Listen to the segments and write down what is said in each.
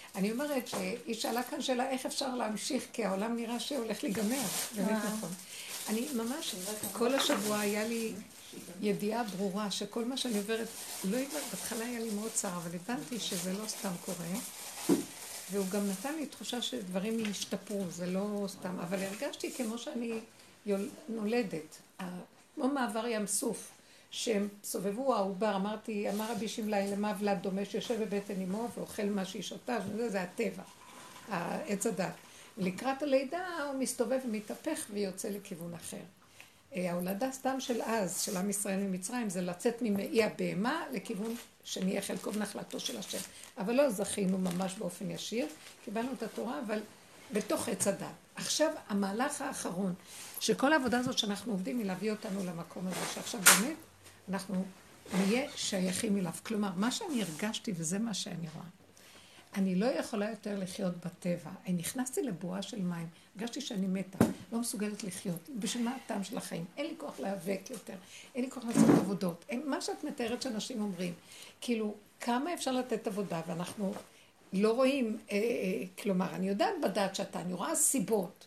אני אומרת שהיא שאלה כאן שאלה איך אפשר להמשיך, כי העולם נראה שהולך להיגמר, באמת נכון. אני ממש, כל השבוע היה לי ידיעה ברורה שכל מה שאני עוברת, לא הבנתי, בהתחלה היה לי מאוד צער, אבל הבנתי שזה לא סתם קורה, והוא גם נתן לי תחושה שדברים ישתפרו, זה לא סתם, אבל הרגשתי כמו שאני נולדת, כמו מעבר ים סוף, שהם סובבו העובר, אמר רבי שמעאי למה ולד דומה שיושב בבטן אמו ואוכל מה שהיא שותה, זה הטבע, העץ הדת. לקראת הלידה הוא מסתובב ומתהפך ויוצא לכיוון אחר. ההולדה סתם של אז, של עם ישראל ממצרים, זה לצאת ממעי הבהמה לכיוון שנהיה חלקו ונחלתו של השם. אבל לא זכינו ממש באופן ישיר, קיבלנו את התורה, אבל בתוך עץ הדת. עכשיו המהלך האחרון, שכל העבודה הזאת שאנחנו עובדים היא להביא אותנו למקום הזה, שעכשיו באמת אנחנו נהיה שייכים אליו. כלומר, מה שאני הרגשתי וזה מה שאני רואה. אני לא יכולה יותר לחיות בטבע. אני נכנסתי לבועה של מים, הרגשתי שאני מתה, לא מסוגלת לחיות. בשביל מה הטעם של החיים? אין לי כוח להיאבק יותר, אין לי כוח לעשות עבודות. מה שאת מתארת שאנשים אומרים, כאילו, כמה אפשר לתת עבודה ואנחנו לא רואים, כלומר, אני יודעת בדעת שאתה, אני רואה סיבות.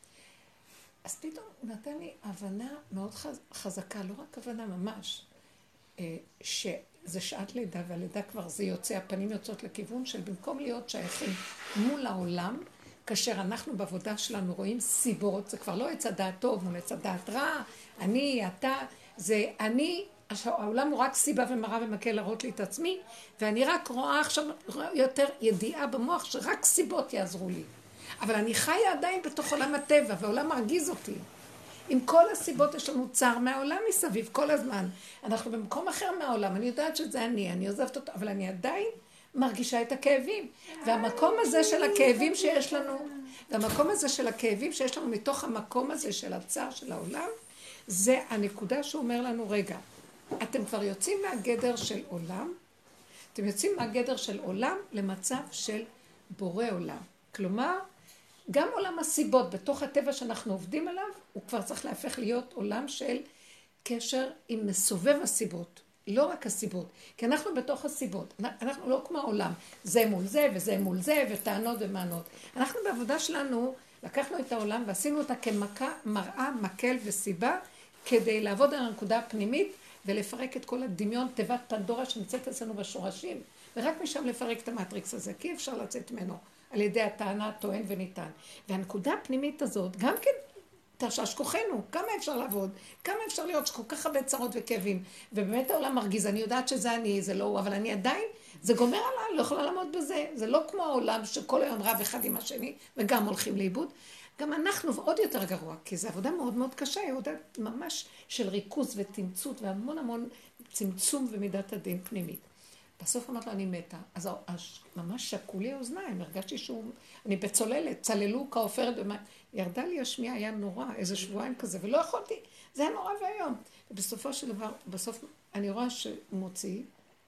אז פתאום הוא נתן לי הבנה מאוד חזקה, לא רק הבנה ממש, שזה שעת לידה, והלידה כבר זה יוצא, הפנים יוצאות לכיוון של במקום להיות שייכים מול העולם, כאשר אנחנו בעבודה שלנו רואים סיבות, זה כבר לא עץ הדעת טוב מול עץ הדעת רע, אני, אתה, זה אני, העולם הוא רק סיבה ומראה ומקל להראות לי את עצמי, ואני רק רואה עכשיו יותר ידיעה במוח שרק סיבות יעזרו לי. אבל אני חיה עדיין בתוך עולם הטבע, והעולם מרגיז אותי. עם כל הסיבות יש לנו צער מהעולם מסביב, כל הזמן. אנחנו במקום אחר מהעולם, אני יודעת שזה אני עוזבת אותו, אבל אני עדיין מרגישה את הכאבים. והמקום הזה של הכאבים שיש לנו, מתוך המקום הזה של הצער של העולם, זה הנקודה שאומר לנו, רגע, אתם כבר יוצאים מהגדר של עולם, למצב של בורא עולם. כלומר, גם עולם הסיבות, בתוך הטבע שאנחנו עובדים עליו, הוא כבר צריך להפך להיות עולם של קשר עם מסובב הסיבות, לא רק הסיבות, כי אנחנו בתוך הסיבות, אנחנו לא כמו העולם, זה מול זה וזה מול זה, וטענות ומענות. אנחנו בעבודה שלנו לקחנו את העולם ועשינו אותה כמראה, מקל וסיבה, כדי לעבוד על הנקודה הפנימית ולפרק את כל הדמיון, תיבת פנדורה שנמצאת אצלנו בשורשים, ורק משם לפרק את המטריקס הזה, כי אפשר לצאת ממנו. על ידי הטענה, טוען וניתן. והנקודה הפנימית הזאת, גם כן תרשש כוחנו, כמה אפשר לעבוד, כמה אפשר להיות שכל כך הרבה צרות וכאבים, ובאמת העולם מרגיז, אני יודעת שזה אני, זה לא הוא, אבל אני עדיין, זה גומר עליי, לא יכולה לעמוד בזה, זה לא כמו העולם שכל היום רב אחד עם השני, וגם הולכים לאיבוד, גם אנחנו עוד יותר גרוע, כי זו עבודה מאוד מאוד קשה, היא עבודה ממש של ריכוז ותמצות, והמון המון צמצום ומידת הדין פנימית. בסוף אמרת לו, אני מתה. אז ממש שקו לי האוזניים, הרגשתי אני בצוללת, צללו כעופרת במים. ירדה לי השמיעה, היה נורא, איזה שבועיים כזה, ולא יכולתי, זה היה נורא והיום. ובסופו של דבר, בסוף אני רואה שהוא מוציא,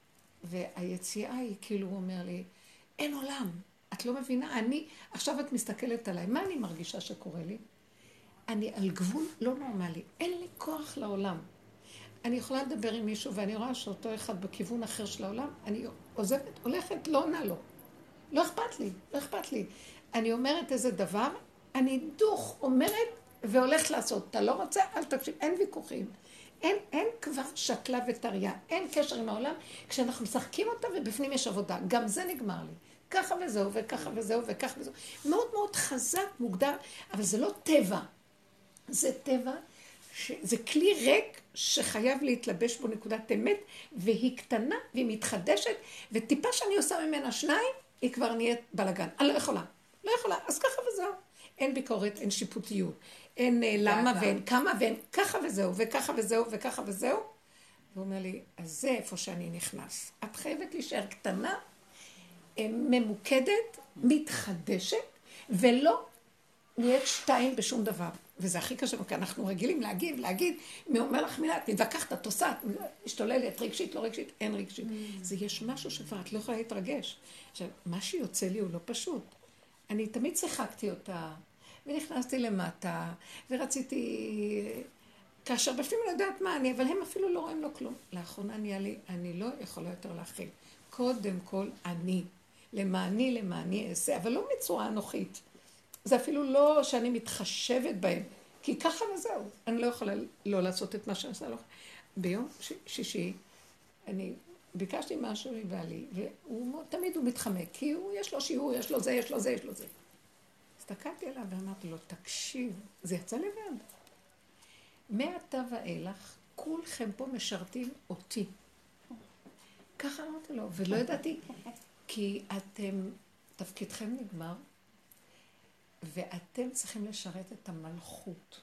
והיציאה היא כאילו, הוא אומר לי, אין עולם, את לא מבינה, עכשיו את מסתכלת עליי, מה אני מרגישה שקורה לי? אני על גבול לא נורמלי, אין לי כוח לעולם. אני יכולה לדבר עם מישהו, ואני רואה שאותו אחד בכיוון אחר של העולם, אני עוזבת, הולכת, לא עונה לו. לא אכפת לי. אני אומרת איזה דבר, אני דוך אומרת והולכת לעשות. אתה לא רוצה, אל תקשיב, אין ויכוחים. אין כבר שקלה וטריה, אין קשר עם העולם, כשאנחנו משחקים אותה ובפנים יש עבודה. גם זה נגמר לי. ככה וזהו, וככה וזהו, וככה וזהו. מאוד מאוד חזק, מוגדר, אבל זה לא טבע. זה טבע. זה כלי ריק שחייב להתלבש בו נקודת אמת, והיא קטנה והיא מתחדשת, וטיפה שאני עושה ממנה שניים, היא כבר נהיית בלגן. אני לא יכולה, אז ככה וזהו. אין ביקורת, אין שיפוטיות, אין למה ואין כמה ואין ככה וזהו, וככה וזהו, וככה וזהו. והוא אומר לי, אז זה איפה שאני נכנס. את חייבת להישאר קטנה, ממוקדת, מתחדשת, ולא נהיית שתיים בשום דבר. וזה הכי קשה, כי אנחנו רגילים להגיד, מי אומר לך מילה, את מתווכחת, את עושה, את משתוללת, רגשית, לא רגשית, אין רגשית. זה יש משהו שכבר את לא יכולה להתרגש. עכשיו, מה שיוצא לי הוא לא פשוט. אני תמיד שיחקתי אותה, ונכנסתי למטה, ורציתי, כאשר בפנים אני יודעת מה אני, אבל הם אפילו לא רואים לו כלום. לאחרונה נהיה לי, אני לא יכולה יותר להכיל. קודם כל, אני. למעני אעשה, אבל לא מצורה אנוכית. זה אפילו לא שאני מתחשבת בהם, כי ככה וזהו. אני לא יכולה לא לעשות את מה שאני עושה לו. ביום שישי, אני ביקשתי משהו מבעלי, תמיד הוא מתחמק, כי יש לו שיעור, יש לו זה, יש לו זה, יש לו זה. הסתכלתי עליו ואמרתי לו, תקשיב, זה יצא לבד. מעתה ואילך, כולכם פה משרתים אותי. ככה אמרתי לו, ולא ידעתי, כי תפקידכם נגמר, ואתם צריכים לשרת את המלכות.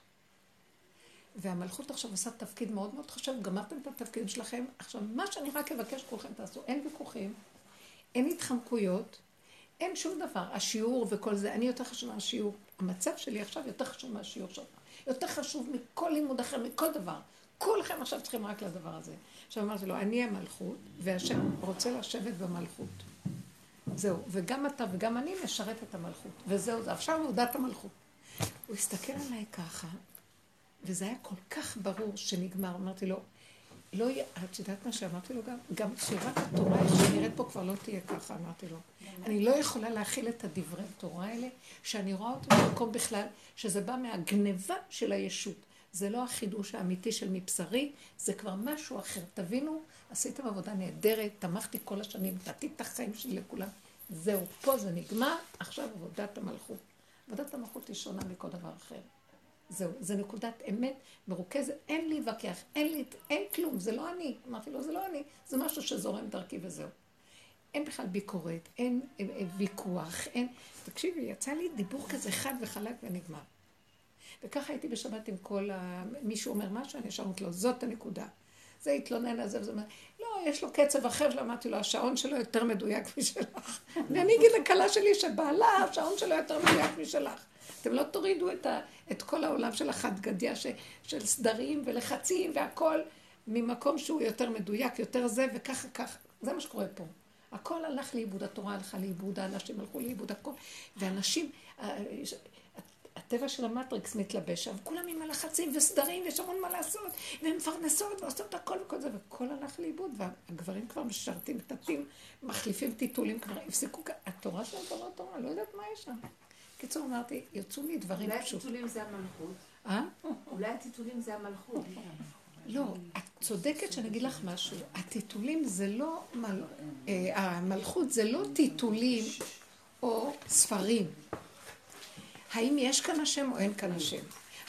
והמלכות עכשיו עושה תפקיד מאוד מאוד חשוב, גמרתם את התפקיד שלכם. עכשיו, מה שאני רק אבקש כולכם תעשו, אין ויכוחים, אין התחמקויות, אין שום דבר. השיעור וכל זה, אני יותר חשוב מהשיעור. המצב שלי עכשיו יותר חשוב מהשיעור שלך. יותר חשוב מכל לימוד אחר, מכל דבר. כולכם עכשיו צריכים רק לדבר הזה. עכשיו אמרתי לו, אני המלכות, והשם רוצה לשבת במלכות. זהו, וגם אתה וגם אני משרת את המלכות. וזהו, זה עכשיו עבודת המלכות. הוא הסתכל עליי ככה, וזה היה כל כך ברור שנגמר. אמרתי לו, לא, את יודעת מה שאמרתי לו גם שירת התורה שנראית פה כבר לא תהיה ככה, אמרתי לו. אני לא יכולה להכיל את הדברי התורה האלה, שאני רואה אותו במקום בכלל, שזה בא מהגניבה של הישות. זה לא החידוש האמיתי של מבשרי, זה כבר משהו אחר. תבינו, עשיתם עבודה נהדרת, תמכתי כל השנים, נתתי את החיים שלי לכולם. זהו, פה זה נגמר, עכשיו עבודת המלכות. עבודת המלכות היא שונה מכל דבר אחר. זהו, זה נקודת אמת מרוכזת, אין לי להתווכח, אין כלום, זה לא אני. אמרתי לו, זה לא אני, זה משהו שזורם דרכי וזהו. אין בכלל ביקורת, אין ויכוח, אין... תקשיבי, יצא לי דיבור כזה חד וחלק ונגמר. וככה הייתי בשבת עם כל מישהו אומר משהו, אני אשארת לו, זאת הנקודה. זה התלונן על זה וזה אומר, לא, יש לו קצב אחר, אמרתי לו, השעון שלו יותר מדויק משלך. ואני אגיד לקלה שלי שבעלה, השעון שלו יותר מדויק משלך. אתם לא תורידו את כל העולם של החד גדיה, של סדרים ולחצים והכל, ממקום שהוא יותר מדויק, יותר זה וככה ככה. זה מה שקורה פה. הכל הלך לאיבוד, התורה הלכה לאיבוד, האנשים הלכו לאיבוד, הכל. ואנשים, הטבע של המטריקס מתלבש שם, כולם עם הלחצים וסדרים, ויש המון מה לעשות, והם מפרנסות ועושות הכל וכל זה, והכל הלך לאיבוד, והגברים כבר משרתים, תתים, מחליפים טיטולים, כבר הפסיקו, התורה שלהם כבר לא תורה, לא יודעת מה יש שם. קיצור, אמרתי, יוצאו לי דברים פשוט. אולי הטיטולים זה המלכות? אולי הטיטולים זה המלכות. לא, את צודקת שאני אגיד לך משהו. הטיטולים זה לא, המלכות זה לא טיטולים או ספרים. האם יש כאן השם או אין כאן השם?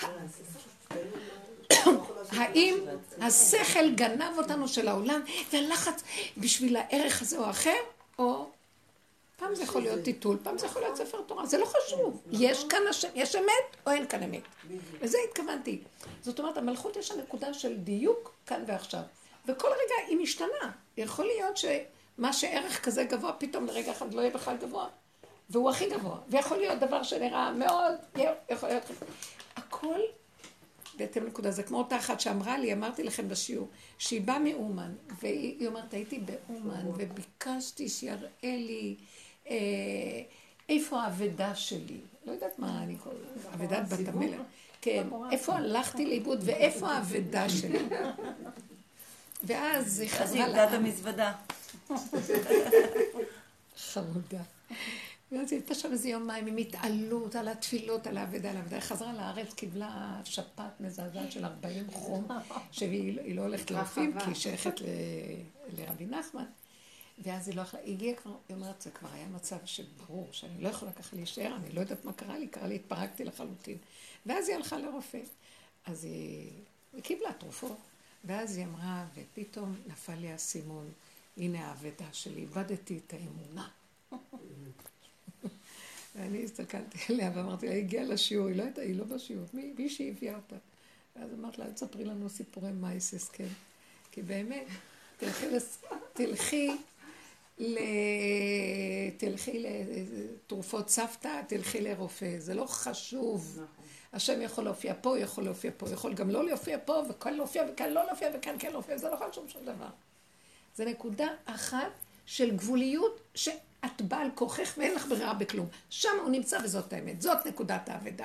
האם השכל גנב אותנו של העולם והלחץ בשביל הערך הזה או אחר, או פעם זה יכול להיות טיטול, פעם זה יכול להיות ספר תורה, זה לא חשוב. יש כאן השם, יש אמת או אין כאן אמת. וזה התכוונתי. זאת אומרת, המלכות יש הנקודה של דיוק כאן ועכשיו. וכל רגע היא משתנה. יכול להיות שמה שערך כזה גבוה, פתאום לרגע אחד לא יהיה בכלל גבוה. והוא הכי גבוה. ויכול להיות דבר שנראה מאוד, יכול להיות... הכל, בהתאם נקודה, זה כמו אותה אחת שאמרה לי, אמרתי לכם בשיעור, שהיא באה מאומן, והיא אומרת, הייתי באומן, וביקשתי שיראה לי איפה האבדה שלי. לא יודעת מה אני קוראת, אבדת בת המלך. כן, איפה הלכתי לאיבוד ואיפה האבדה שלי. ואז היא חזרה לעם. אז היא איבדה את המזוודה. חמודה. ואז היא הייתה שם איזה יומיים עם התעלות על התפילות, על האבדה, על האבדה. היא חזרה לארץ, קיבלה שפעת מזעזעת של 40 חום, שהיא לא הולכת לרופאים, כי היא שייכת לרבי נחמן. ואז היא לא יכולה, היא הגיעה כבר, היא אומרת, זה כבר היה מצב שברור, שאני לא יכולה ככה להישאר, אני לא יודעת מה קרה לי, התפרקתי לחלוטין. ואז היא הלכה לרופא. אז היא קיבלה תרופות, ואז היא אמרה, ופתאום נפל לי הסימון, הנה האבדה שלי, איבדתי את האמונה. ואני הסתכלתי עליה ואמרתי לה, היא הגיעה לשיעור, היא לא הייתה, היא לא בשיעור, מי שהביאה אותה. ואז אמרת לה, תספרי לנו סיפורי מייסס, כן. כי באמת, תלכי לתרופות סבתא, תלכי לרופא, זה לא חשוב. השם יכול להופיע פה, יכול להופיע פה, יכול גם לא להופיע פה, וכאן להופיע, וכאן לא להופיע, וכאן כן להופיע, זה לא חשוב שום דבר. זה נקודה אחת של גבוליות שאת באה על כוחך ואין לך ברירה בכלום. שם הוא נמצא וזאת האמת, זאת נקודת האבדה.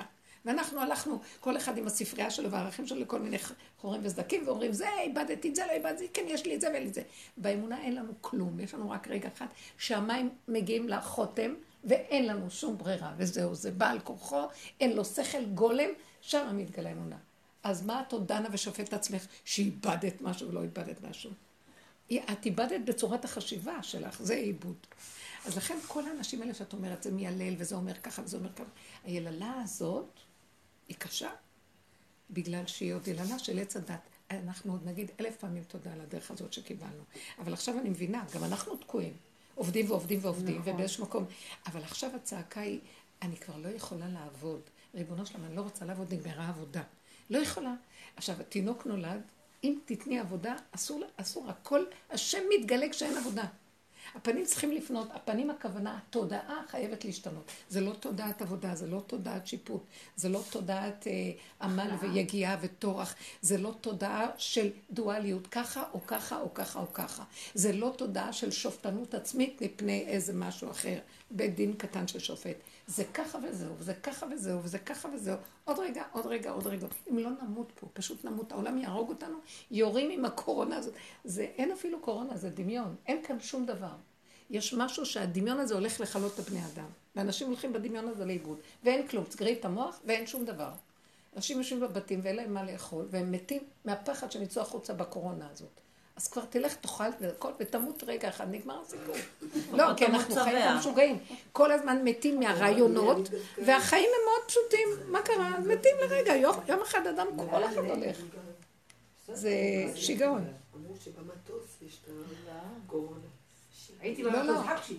ואנחנו הלכנו, כל אחד עם הספרייה שלו והערכים שלו לכל מיני חורים וסדקים, ואומרים, זה איבדתי את זה, לא איבדתי, כן, יש לי את זה ואין לי את זה. באמונה אין לנו כלום, יש לנו רק רגע אחד, שהמים מגיעים לחותם, ואין לנו שום ברירה, וזהו, זה בעל כוחו, אין לו שכל גולם, שם מתגלה אמונה. אז מה את עוד דנה ושופט את עצמך שאיבדת משהו ולא איבדת משהו? את איבדת בצורת החשיבה שלך, זה איבוד. אז לכן כל האנשים האלה שאת אומרת, זה מיילל וזה אומר ככה וזה אומר ככה. היללה הזאת היא קשה, בגלל שהיא עוד יללה של עץ הדת. אנחנו עוד נגיד 1000 פעמים תודה על הדרך הזאת שקיבלנו. אבל עכשיו אני מבינה, גם אנחנו תקועים. עובדים ועובדים ועובדים, ובאיזשהו מקום. אבל עכשיו הצעקה היא, אני כבר לא יכולה לעבוד. ריבונו שלמה, אני לא רוצה לעבוד, נגמרה עבודה. לא יכולה. עכשיו, התינוק נולד, אם תתני עבודה, אסור, הכל, השם מתגלה כשאין עבודה. הפנים צריכים לפנות, הפנים הכוונה, התודעה חייבת להשתנות. זה לא תודעת עבודה, זה לא תודעת שיפוט, זה לא תודעת עמל ויגיעה וטורח, זה לא תודעה של דואליות, ככה או ככה או ככה או ככה. זה לא תודעה של שופטנות עצמית מפני איזה משהו אחר, בית דין קטן של שופט. זה ככה וזהו, וזה ככה וזהו, וזה ככה וזהו. עוד רגע, עוד רגע, עוד רגע. אם לא נמות פה, פשוט נמות, העולם יהרוג אותנו, יורים עם הקורונה הזאת. אין אפילו קורונה, זה דמיון. אין כאן שום דבר. יש משהו שהדמיון הזה הולך לחלות את הבני אדם. ואנשים הולכים בדמיון הזה לאיבוד. ואין כלום, תסגרי את המוח ואין שום דבר. אנשים יושבים בבתים ואין להם מה לאכול, והם מתים מהפחד שהם יצאו החוצה בקורונה הזאת. אז כבר תלך, תאכל ותמות רגע אחד, נגמר הסיפור. לא, כי אנחנו חיים כמו משוגעים. כל הזמן מתים מהרעיונות, והחיים הם מאוד פשוטים. מה קרה? מתים לרגע. יום אחד אדם כל אחד הולך. זה שיגעון. אמרו שבמטוס יש את הקורונה. הייתי במטוס חפשי.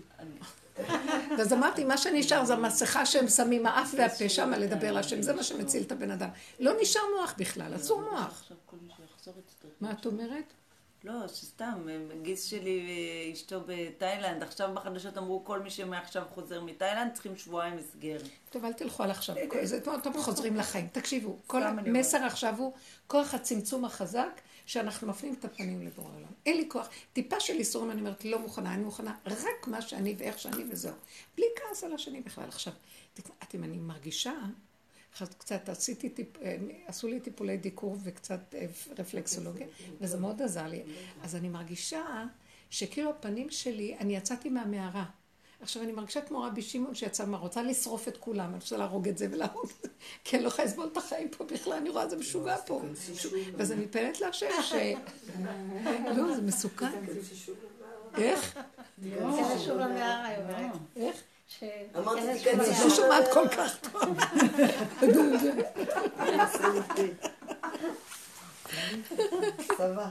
אז אמרתי, מה שנשאר זה המסכה שהם שמים, האף והפה שם לדבר להשם, זה מה שמציל את הבן אדם. לא נשאר מוח בכלל, אסור מוח. מה את אומרת? לא, שסתם, גיס שלי ואשתו בתאילנד, עכשיו בחדשות אמרו כל מי שמעכשיו חוזר מתאילנד צריכים שבועיים מסגר. טוב, אל תלכו על עכשיו, זה טוב, חוזרים לחיים. תקשיבו, כל המסר עכשיו הוא כוח הצמצום החזק, שאנחנו מפנים את הפנים לבורא העולם. אין לי כוח, טיפה של איסורים, אני אומרת, לא מוכנה, אני מוכנה רק מה שאני ואיך שאני וזהו. בלי כעס על השני בכלל. עכשיו, אם אני מרגישה, קצת עשו לי טיפולי דיקור וקצת רפלקסולוגיה, וזה מאוד עזר לי. אז אני מרגישה שכאילו הפנים שלי, אני יצאתי מהמערה. עכשיו אני מרגישה כמו רבי שמעון שיצא מה, רוצה לשרוף את כולם, אני רוצה להרוג את זה ולהרוג את זה, כי אני לא יכולה לסבול את החיים פה בכלל, אני רואה, זה משוגע פה. ואז אני מתפללת להשם לא, זה מסוכן. איך? זה שוב למערה, היא אומרת. איך? אמרתי, תיכנסי לא שומעת כל כך טוב. סבבה.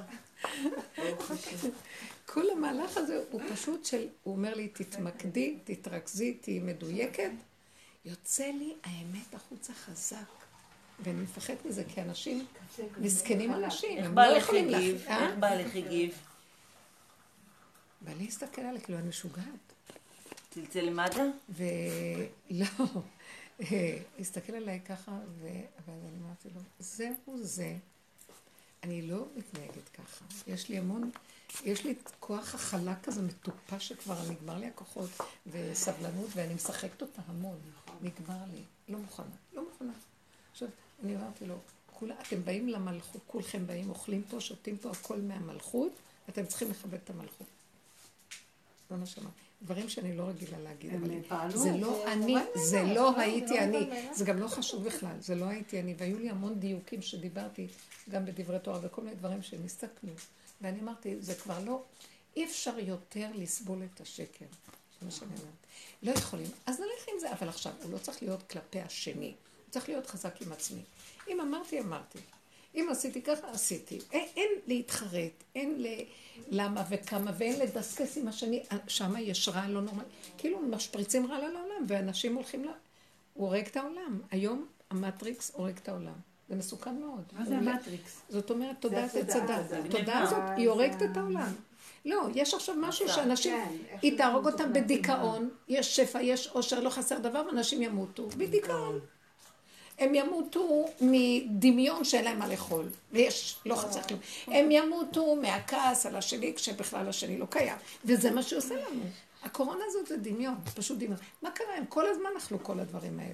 כל המהלך הזה הוא פשוט של, הוא אומר לי, תתמקדי, תתרכזי, תהי מדויקת. יוצא לי האמת החוצה חזק. ואני מפחד מזה, כי אנשים מסכנים אנשים. איך בעלך הגיב? איך בעלך הגיב? בעלי הסתכל עליה, כאילו אני משוגעת. צלצל למד"א? ולא, הסתכל עליי ככה, אבל אני אמרתי לו, זהו זה. אני לא מתנהגת ככה. יש לי כוח החלק כזה מטופש שכבר נגמר לי הכוחות וסבלנות, ואני משחקת אותה המון. נגמר לי. לא מוכנה. עכשיו, אני אמרתי לו, אתם באים למלכות, כולכם באים, אוכלים פה, שותים פה, הכל מהמלכות, אתם צריכים לכבד את המלכות. זה מה שאמרתי. דברים שאני לא רגילה להגיד, אבל זה לא אני, זה לא הייתי אני, זה גם לא חשוב בכלל, זה לא הייתי אני, והיו לי המון דיוקים שדיברתי גם בדברי תורה וכל מיני דברים שנסתכלו, ואני אמרתי, זה כבר לא, אי אפשר יותר לסבול את השקר, זה מה שאני אומרת, לא יכולים, אז נלך עם זה, אבל עכשיו, הוא לא צריך להיות כלפי השני, הוא צריך להיות חזק עם עצמי, אם אמרתי, אם עשיתי ככה, עשיתי. אין להתחרט, אין למה וכמה, ואין לדסקס עם השני. שמה יש רע לא נורמלי. כאילו משפריצים רע לעולם, ואנשים הולכים הוא הורג את העולם. היום המטריקס הורג את העולם. זה מסוכן מאוד. מה זה המטריקס? זאת אומרת, תודעת הצדה. התודעה הזאת, היא הורגת את העולם. לא, יש עכשיו משהו שאנשים, היא תהרוג אותם בדיכאון, יש שפע, יש עושר, לא חסר דבר, ואנשים ימותו. בדיכאון. הם ימותו מדמיון שאין להם מה לאכול, ויש, לא חסר כלום. הם ימותו מהכעס על השני, כשבכלל השני לא קיים. וזה מה שעושה לנו. הקורונה הזאת זה דמיון, פשוט דמיון. מה קרה? הם כל הזמן אכלו כל הדברים האלה.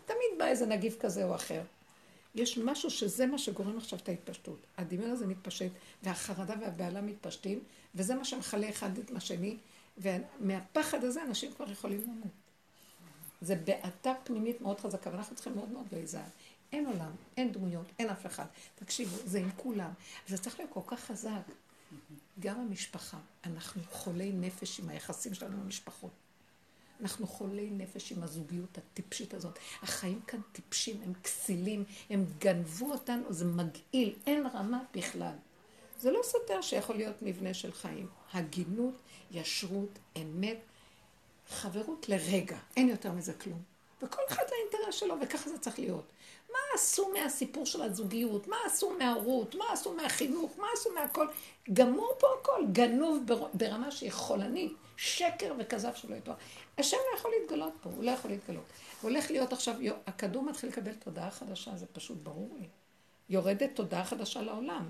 תמיד בא איזה נגיף כזה או אחר. יש משהו שזה מה שגורם עכשיו את ההתפשטות. הדמיון הזה מתפשט, והחרדה והבעלה מתפשטים, וזה מה שמחלה אחד את השני, ומהפחד הזה אנשים כבר יכולים למות. זה בעתה פנימית מאוד חזקה, ואנחנו צריכים מאוד מאוד להיזהר. אין עולם, אין דמויות, אין אף אחד. תקשיבו, זה עם כולם. זה צריך להיות כל כך חזק. גם המשפחה, אנחנו חולי נפש עם היחסים שלנו עם המשפחות. אנחנו חולי נפש עם הזוגיות הטיפשית הזאת. החיים כאן טיפשים, הם כסילים, הם גנבו אותנו, זה מגעיל, אין רמה בכלל. זה לא סותר שיכול להיות מבנה של חיים. הגינות, ישרות, אמת, חברות לרגע, אין יותר מזה כלום. וכל אחד לאינטרס שלו, וככה זה צריך להיות. מה עשו מהסיפור של הזוגיות? מה עשו מההורות? מה עשו מהחינוך? מה עשו מהכל? גמור פה הכל, גנוב ברמה שהיא חולנית, שקר וכזב שלא יתואר. השם לא יכול להתגלות פה, הוא לא יכול להתגלות. הוא הולך להיות עכשיו, הכדור מתחיל לקבל תודעה חדשה, זה פשוט ברור לי. יורדת תודעה חדשה לעולם.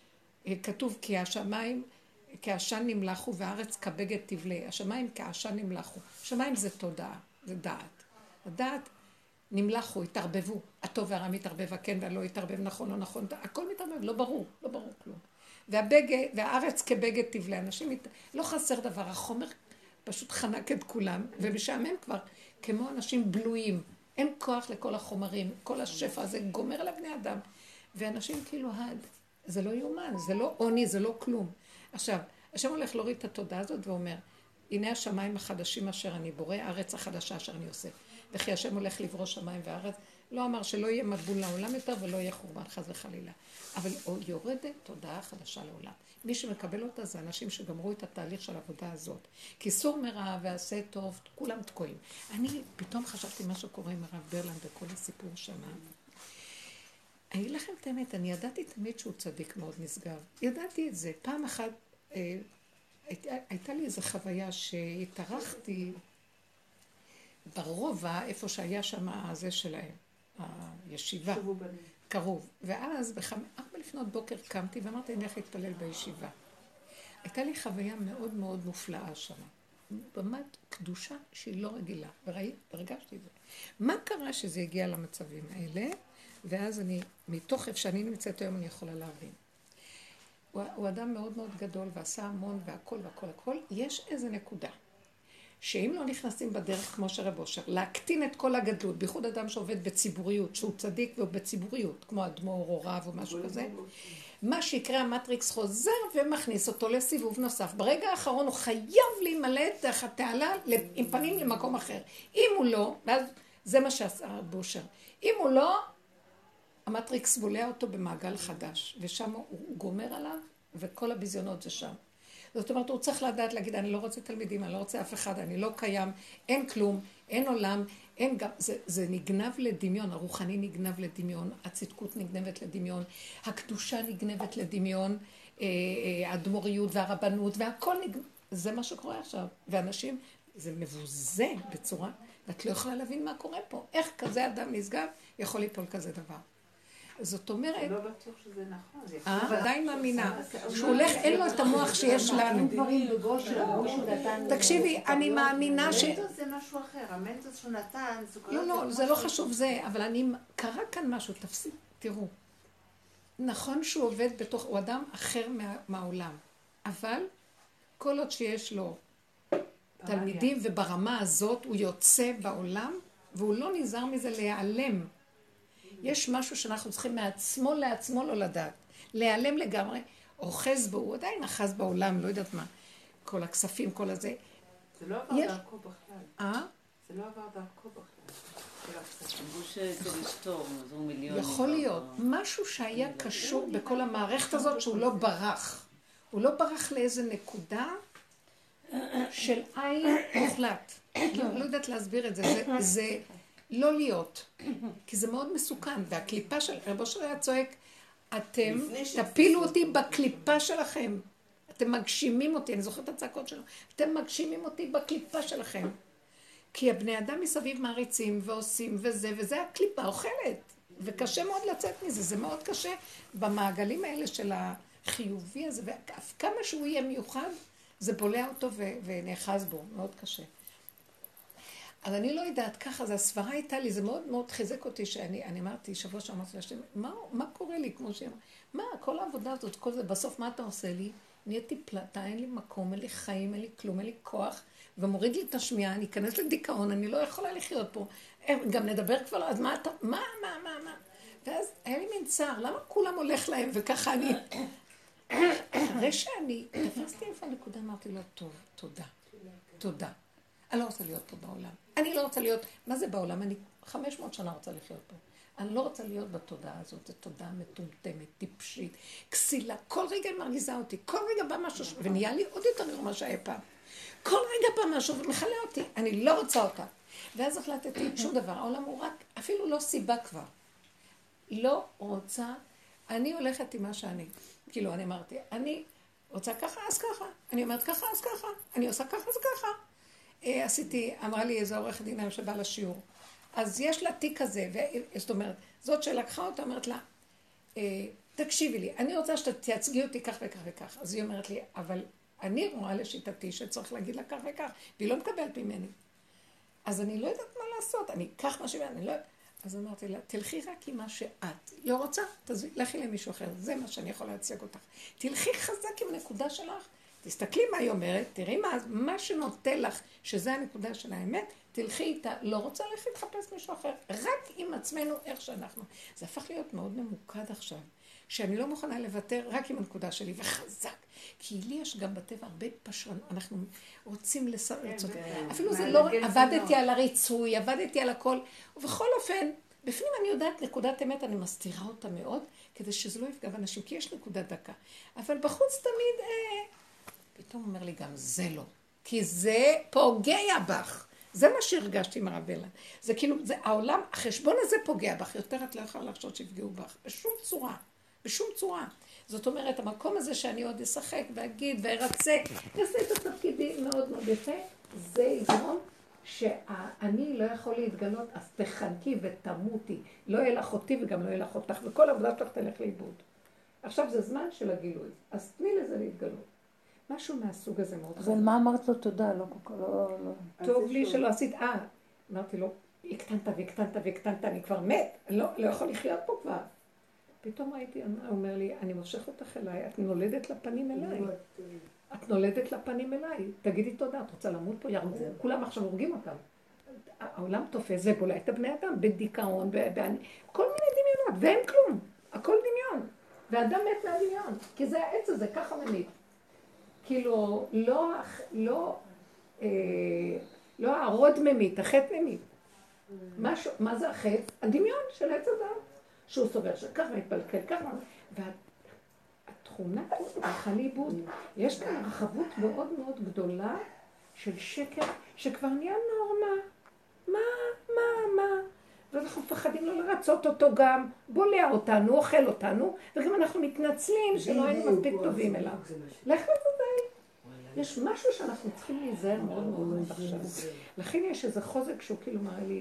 כתוב כי השמיים כעשן נמלחו והארץ כבגד תבלה. השמיים כעשן נמלחו. השמיים זה תודעה, זה דעת. הדעת נמלחו, התערבבו. הטוב והרע מתערבב, הכן והלא התערבב, נכון, לא נכון. הכל מתערבב, לא ברור, לא ברור כלום. והארץ כבגד תבלה. אנשים, לא חסר דבר, החומר פשוט חנק את כולם, ומשעמם כבר, כמו אנשים בלויים. אין כוח לכל החומרים, כל השפע הזה גומר על הבני אדם. ואנשים כאילו, זה לא יומן, זה לא עוני, זה לא כלום. עכשיו, השם הולך להוריד את התודעה הזאת ואומר, הנה השמיים החדשים אשר אני בורא, הארץ החדשה אשר אני עושה. וכי השם הולך לברוא שמיים וארץ, לא אמר שלא יהיה מבול לעולם יותר ולא יהיה חורבן חס וחלילה. אבל יורדת תודעה חדשה לעולם. מי שמקבל אותה זה אנשים שגמרו את התהליך של העבודה הזאת. כי סור מרע ועשה טוב, כולם תקועים. אני פתאום חשבתי מה שקורה עם הרב ברלנד וכל הסיפור שמה. אני אגיד לכם את האמת, אני ידעתי תמיד שהוא צדיק מאוד נשגב. ידעתי את זה. פעם אחת הייתה לי איזו חוויה שהתארחתי ברובע, איפה שהיה שם הזה שלהם, הישיבה, קרוב. ואז ב4 לפנות בוקר קמתי ואמרתי, אני הולך להתפלל בישיבה. הייתה לי חוויה מאוד מאוד מופלאה שם. במת קדושה שהיא לא רגילה, ורגשתי את זה. מה קרה שזה הגיע למצבים האלה? ואז אני, מתוך איפה שאני נמצאת היום, אני יכולה להבין. הוא אדם מאוד מאוד גדול, ועשה המון, והכל והכל הכל. יש איזו נקודה, שאם לא נכנסים בדרך כמו שרב אושר, להקטין את כל הגדלות, בייחוד אדם שעובד בציבוריות, שהוא צדיק והוא בציבוריות, כמו אדמו"ר או רב או משהו כזה, מה שיקרה המטריקס חוזר ומכניס אותו לסיבוב נוסף. ברגע האחרון הוא חייב להימלא תחת התעלה עם פנים למקום אחר. אם הוא לא, ואז זה מה שעשה רב אושר. אם הוא לא, המטריקס בולע אותו במעגל חדש, ושם הוא גומר עליו, וכל הביזיונות זה שם. זאת אומרת, הוא צריך לדעת להגיד, אני לא רוצה תלמידים, אני לא רוצה אף אחד, אני לא קיים, אין כלום, אין עולם, אין גם, זה נגנב לדמיון, הרוחני נגנב לדמיון, הצדקות נגנבת לדמיון, הקדושה נגנבת לדמיון, האדמו"ריות והרבנות, והכל זה מה שקורה עכשיו. ואנשים, זה מבוזה בצורה, ואת לא יכולה להבין מה קורה פה. איך כזה אדם נשגב יכול ליפול כזה דבר? זאת אומרת... לא בטוח שזה נכון. עדיין מאמינה. שהוא הולך, אין לו את המוח שיש לנו. תקשיבי, אני מאמינה ש... המנטוס זה משהו אחר. המנטוס שהוא נתן... לא, זה לא חשוב זה, אבל אני... קרה כאן משהו, תפסיק, תראו. נכון שהוא עובד בתוך... הוא אדם אחר מהעולם. אבל כל עוד שיש לו תלמידים וברמה הזאת, הוא יוצא בעולם, והוא לא נזהר מזה להיעלם. יש משהו שאנחנו צריכים מעצמו לעצמו לא לדעת. להיעלם לגמרי, אוחז בו, הוא עדיין אחז בעולם, לא יודעת מה. כל הכספים, כל הזה. זה לא עבר דרכו בכלל. זה לא עבר דרכו בכלל. אמרו שאצל אשתו, עזרו מיליונים. יכול להיות. משהו שהיה קשור בכל המערכת הזאת שהוא לא ברח. הוא לא ברח לאיזה נקודה של עין מוחלט. לא יודעת להסביר את זה. זה לא להיות. כי זה מאוד מסוכן. והקליפה של... רבו שלו היה צועק, אתם תפילו אותי בקליפה שלכם. אתם מגשימים אותי, אני זוכרת את הצעקות שלו. אתם מגשימים אותי בקליפה שלכם. כי הבני אדם מסביב מעריצים ועושים וזה הקליפה אוכלת. וקשה מאוד לצאת מזה, זה מאוד קשה במעגלים האלה של החיובי הזה. וכמה שהוא יהיה מיוחד, זה בולע אותו ונאחז בו, מאוד קשה. אז אני לא יודעת, ככה, אז הסברה הייתה לי, זה מאוד מאוד חיזק אותי, שאני אמרתי, שבוע שאמרתי להשם, מה קורה לי, כמו שהיא אמרה, מה, כל העבודה הזאת, כל זה, בסוף מה אתה עושה לי? נהייתי פלטה, אין לי מקום, אין לי חיים, אין לי כלום, אין לי כוח, ומוריד לי את השמיעה, אני אכנס לדיכאון, אני לא יכולה לחיות פה. גם נדבר כבר, אז מה אתה, מה? ואז היה לי מין צער, למה כולם הולך להם, וככה אני... אחרי שאני תפסתי איפה הנקודה, אמרתי לו, טוב, תודה. אני לא רוצה להיות פה בעולם. אני לא רוצה להיות, מה זה בעולם? אני 500 שנה רוצה לחיות פה. אני לא רוצה להיות בתודעה הזאת, זו תודעה מטומטמת, טיפשית, כסילה. כל רגע היא מרגיזה אותי, כל רגע בא משהו, ונהיה לי עוד יותר ממה שהיה פעם. כל רגע בא משהו ומחלה אותי, אני לא רוצה אותה. ואז החלטתי שום דבר, העולם הוא רק, אפילו לא סיבה כבר. לא רוצה, אני הולכת עם מה שאני. כאילו, אני אמרתי, אני רוצה ככה, אז ככה. אני אומרת ככה, אז ככה. אני עושה ככה, אז ככה. אמרה לי איזו עורכת דין היום שבאה לשיעור. אז יש לה תיק כזה, זאת אומרת, זאת שלקחה אותה, אומרת לה, תקשיבי לי, אני רוצה שתייצגי אותי כך וכך וכך. אז היא אומרת לי, אבל אני רואה לשיטתי שצריך להגיד לה כך וכך, והיא לא מקבלת ממני. אז אני לא יודעת מה לעשות, אני אקח מה שאני לא... אז אמרתי לה, תלכי רק עם מה שאת לא רוצה, לכי למישהו אחר, זה מה שאני יכולה להציג אותך. תלכי חזק עם הנקודה שלך, תסתכלי מה היא אומרת, תראי מה שנותן לך, שזה הנקודה של האמת, תלכי איתה, לא רוצה ללכת לחפש מישהו אחר, רק עם עצמנו איך שאנחנו. זה הפך להיות מאוד ממוקד עכשיו, שאני לא מוכנה לוותר רק עם הנקודה שלי, וחזק. כי לי יש גם בטבע הרבה פשרן, אנחנו רוצים לרצות. אפילו זה לא, עבדתי על הריצוי, עבדתי על הכל, ובכל אופן, בפנים אני יודעת נקודת אמת, אני מסתירה אותה מאוד, כדי שזה לא יפגע באנשים, כי יש נקודה דקה. אבל בחוץ תמיד, פתאום אומר לי גם, זה לא. כי זה פוגע בך. זה מה שהרגשתי עם הרב אלן. זה כאילו, זה העולם, החשבון הזה פוגע בך, יותר את לא יכולה לחשוב שיפגעו בך, בשום צורה. בשום צורה. זאת אומרת, המקום הזה שאני עוד אשחק ואגיד וארצה, אעשה את התפקידי מאוד מאוד יפה, זה יגרום שאני לא יכול להתגלות, אז תחנקי ותמותי. לא יהיה לך אותי וגם לא יהיה לך אותך, וכל העבודה שלך תלך לאיבוד. עכשיו זה זמן של הגילוי, אז תני לזה להתגלות. משהו מהסוג הזה מאוד חזק. אבל מה אמרת לו תודה? לא... טוב לי שלא עשית, אמרתי לו, הקטנת, אני כבר מת, אני לא יכול לחיות פה כבר. פתאום ראיתי, הוא אומר לי, אני מושך אותך אליי, את נולדת לפנים אליי. את נולדת לפנים אליי. תגידי תודה, את רוצה למות פה? ירגו, כולם עכשיו הורגים אותם. העולם תופס ובולע את הבני אדם בדיכאון, כל מיני דמיונות, ואין כלום. הכל דמיון. ואדם מת מהדמיון, כי זה העץ הזה, ככה ממית. כאילו, לא הערוד ממית, החטא ממית. מה זה החטא? הדמיון של עץ אדם. שהוא סובר שככה מתפלקל, ככה, והתכונה הלכה לאיבוד. יש כאן רחבות מאוד מאוד גדולה של שקר, שכבר נהיה נורמה. מה? ואנחנו מפחדים לא לרצות אותו גם, בולע אותנו, אוכל אותנו, וגם אנחנו מתנצלים שלא היינו מספיק טובים אליו. לך לזה. יש משהו שאנחנו צריכים להיזהר מאוד מאוד עכשיו. לכן יש איזה חוזק שהוא כאילו מראה לי,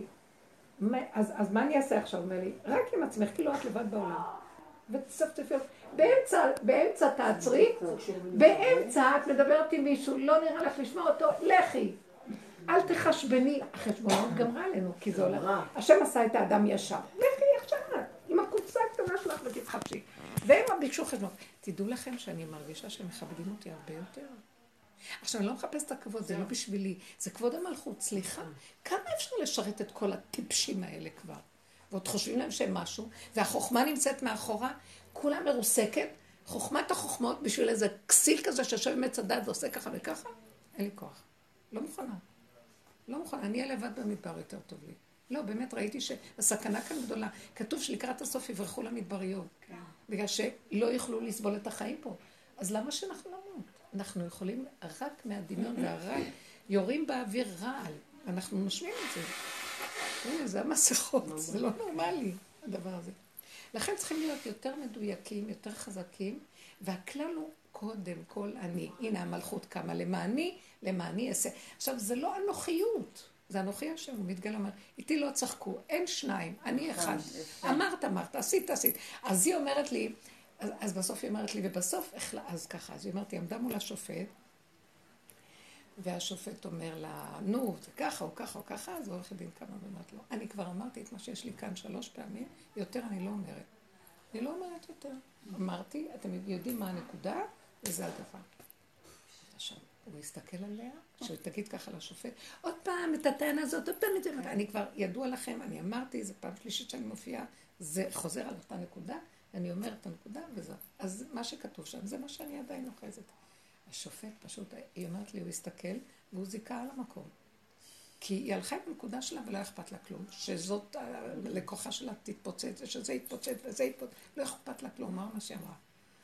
אז מה אני אעשה עכשיו? אומר לי, רק עם עצמך, כאילו את לבד בעולם. וצפצפיות. באמצע תעצרי, באמצע את מדברת עם מישהו, לא נראה לך לשמוע אותו, לכי. אל תחשבני, החשבונות גמרה עלינו, כי זה עולה. השם עשה את האדם ישר. לכי עכשיו, עם הקופסה הקטנה שלך ותתחדשי. והם ביקשו חשבון. תדעו לכם שאני מרגישה שהם מכבדים אותי הרבה יותר. עכשיו, אני לא מחפש את הכבוד, זה לא בשבילי, זה כבוד המלכות, סליחה. כמה אפשר לשרת את כל הטיפשים האלה כבר? ועוד חושבים להם שהם משהו, והחוכמה נמצאת מאחורה, כולה מרוסקת, חוכמת החוכמות בשביל איזה כסיל כזה שיושב עם עץ הדת ועושה ככה וככה, אין לי כוח. לא מוכנה, אני אהיה לבד במדבר יותר טוב לי. לא, באמת ראיתי שהסכנה כאן גדולה. כתוב שלקראת הסוף יברחו למדבריות, בגלל שלא יוכלו לסבול את החיים פה. אז למה שאנחנו נמות? אנחנו יכולים רק מהדמיון והרעל, יורים באוויר רעל, אנחנו נושמים את זה. הנה, זה המסכות, זה לא נורמלי, הדבר הזה. לכן צריכים להיות יותר מדויקים, יותר חזקים, והכלל הוא קודם כל אני. הנה המלכות קמה למעני אעשה. עכשיו, זה לא אנוכיות, זה אנוכי השם, הוא מתגלה, אומר, איתי לא צחקו, אין שניים, אני אחד. אמרת, עשית. אז היא אומרת לי, אז בסוף היא אומרת לי, ובסוף, אז ככה, אז היא אומרת לי, עמדה מול השופט, והשופט אומר לה, נו, זה ככה או ככה או ככה, אז עורכת דין כמה ואומרת לו. אני כבר אמרתי את מה שיש לי כאן 3 פעמים, יותר אני לא אומרת. אני לא אומרת יותר. אמרתי, אתם יודעים מה הנקודה, וזה הדבר. עכשיו, הוא יסתכל עליה, שהוא תגיד ככה לשופט, עוד פעם את הטענה הזאת, עוד פעם את זה, אני כבר ידוע לכם, אני אמרתי, זה פעם שלישית שאני מופיעה, זה חוזר על אותה נקודה, אני אומרת את הנקודה וזהו. אז מה שכתוב שם, זה מה שאני עדיין אוחזת. השופט פשוט, היא אומרת לי, הוא הסתכל, והוא זיקה על המקום. כי היא הלכה את הנקודה שלה ולא אכפת לה כלום, שזאת לקוחה שלה תתפוצץ, ושזה יתפוצץ וזה יתפוצץ, לא אכפת לה כלום, מה שהיא אמרה.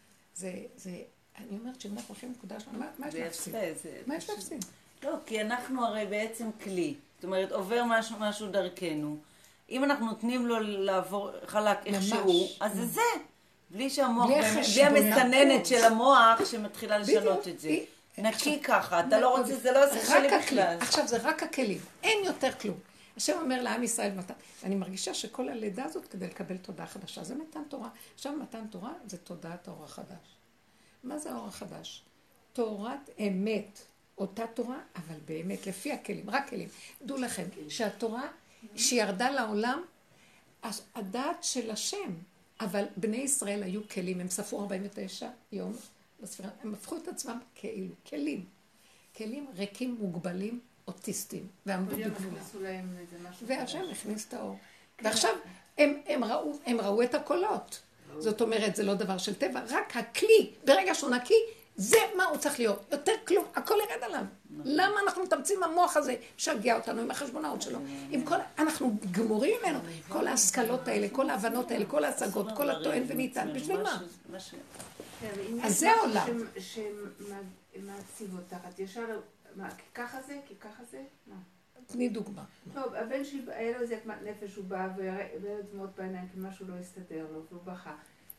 אני אומרת שאם אנחנו הולכים לנקודה שלנו, מה יש להפסיד? מה יש להפסיד? לא, כי אנחנו הרי בעצם כלי. זאת אומרת, עובר משהו דרכנו. אם אנחנו נותנים לו לעבור חלק איכשהו, אז זה זה. בלי שהמוח, בלי המסננת של המוח שמתחילה לשנות את זה. נקי ככה, אתה לא רוצה, זה לא עושה שלי בכלל. עכשיו זה רק הכלים, אין יותר כלום. השם אומר לעם ישראל, אני מרגישה שכל הלידה הזאת כדי לקבל תודעה חדשה, זה מתן תורה. עכשיו מתן תורה זה תודעת האור החדש. מה זה האור החדש? תורת אמת, אותה תורה, אבל באמת, לפי הכלים, רק כלים. דעו לכם, שהתורה שירדה לעולם, הדעת של השם, אבל בני ישראל היו כלים, הם ספרו 49 יום בספירה, הם הפכו את עצמם כאילו, כלים ריקים, מוגבלים, אוטיסטים, ועמדו בגבולה. והשם הכניס את האור. ועכשיו הם ראו את הקולות. זאת אומרת, זה לא דבר של טבע, רק הכלי, ברגע שהוא נקי, זה מה הוא צריך להיות. יותר כלום, הכל ירד עליו. למה אנחנו מתאמצים המוח הזה שהגיע אותנו עם החשבונאות שלו? אנחנו גמורים ממנו. כל ההשכלות האלה, כל ההבנות האלה, כל ההשגות, כל הטוען וניתן. בשביל מה? אז זה העולם. שמעציב אותך, את ישר, כי ככה זה? מה? תני דוגמה. טוב, הבן שלי, היה לו איזה עקמת נפש, הוא בא והיה לו דמעות בעיניים, כי משהו לא הסתדר לו, והוא בכה.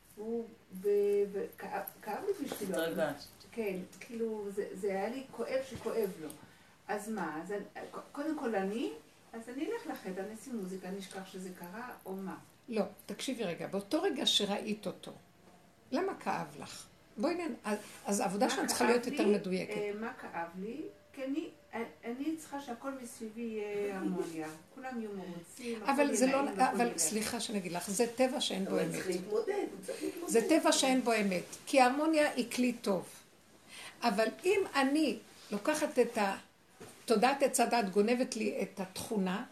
וכאב לי בשבילו. כן, כאילו, זה היה לי כואב שכואב לו. אז מה? קודם כל אז אני אלך לחדר, אני אשים מוזיקה, אני אשכח שזה קרה, או מה? לא, תקשיבי רגע, באותו רגע שראית אותו, למה כאב לך? בואי אז העבודה שלנו צריכה להיות יותר מדויקת. מה כאב לי? כי אני צריכה שהכל מסביבי יהיה הרמוניה. כולם יהיו מרוצים. אבל זה לא, אבל סליחה שאני אגיד לך, זה טבע שאין בו אמת. צריך להתמודד. זה טבע שאין בו אמת. כי ההרמוניה היא כלי טוב. אבל אם אני לוקחת את תודעת עץ הדת, גונבת לי את התכונה,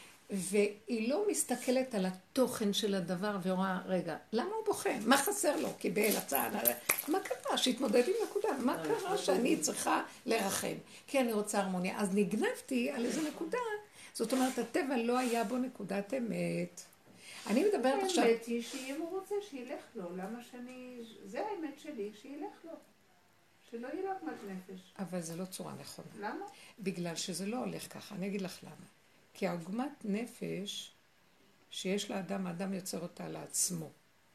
והיא לא מסתכלת על התוכן של הדבר ורואה, רגע, למה הוא בוכה? מה חסר לו? קיבל, הצעה, מה קרה? שהתמודד עם נקודה. מה קרה שאני צריכה לרחם? כי אני רוצה הרמוניה. אז נגנבתי על איזה נקודה. זאת אומרת, הטבע לא היה בו נקודת אמת. אני מדברת עכשיו... האמת היא שיהיה מרוצה, שילך לו. למה זה האמת שלי, שילך לו. שלא יהיה לו עקמת נפש. אבל זה לא צורה נכונה. למה? בגלל שזה לא הולך ככה. אני אגיד לך למה. כי העוגמת נפש שיש לאדם, האדם יוצר אותה לעצמו.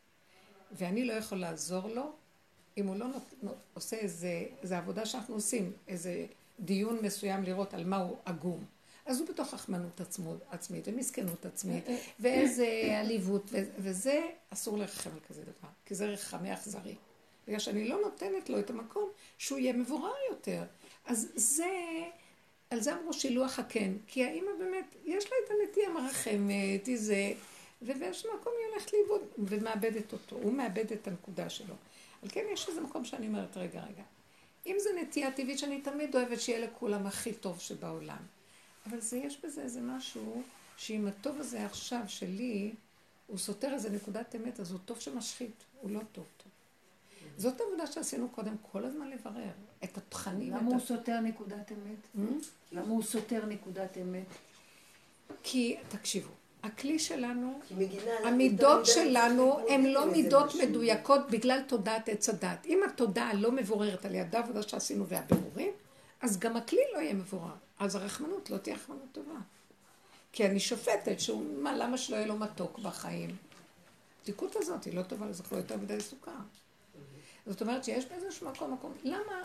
ואני לא יכול לעזור לו, אם הוא לא עושה איזה עבודה שאנחנו עושים, איזה דיון מסוים לראות על מה הוא עגום. אז הוא בתוך החמנות עצמית, ומסכנות עצמית, ואיזה עליבות, וזה אסור לרחם על כזה דבר, כי זה רחמי אכזרי. בגלל שאני לא נותנת לו את המקום שהוא יהיה מבורר יותר. אז זה... על זה אמרו שילוח הקן, כי האמא באמת, יש לה את הנטייה מרחמת, היא זה, ובאיש מקום היא הולכת לאיבוד ומאבדת אותו, הוא מאבד את הנקודה שלו. על כן יש איזה מקום שאני אומרת, רגע, אם זה נטייה טבעית שאני תמיד אוהבת שיהיה לכולם הכי טוב שבעולם, אבל יש בזה איזה משהו, שאם הטוב הזה עכשיו שלי, הוא סותר איזה נקודת אמת, אז הוא טוב שמשחית, הוא לא טוב. זאת העבודה שעשינו קודם, כל הזמן לברר את התכנים. למה הוא סותר נקודת אמת? למה הוא סותר נקודת אמת? כי, תקשיבו, הכלי שלנו, המידות שלנו הן לא מידות מדויקות בגלל תודעת עץ הדת. אם התודעה לא מבוררת על ידי העבודה שעשינו והבירורים, אז גם הכלי לא יהיה מבורר. אז הרחמנות לא תהיה רחמנות טובה. כי אני שופטת למה שלא יהיה לו מתוק בחיים. התיקות הזאת היא לא טובה, זה כבר יותר מדי סוכר. זאת אומרת שיש באיזשהו מקום. למה?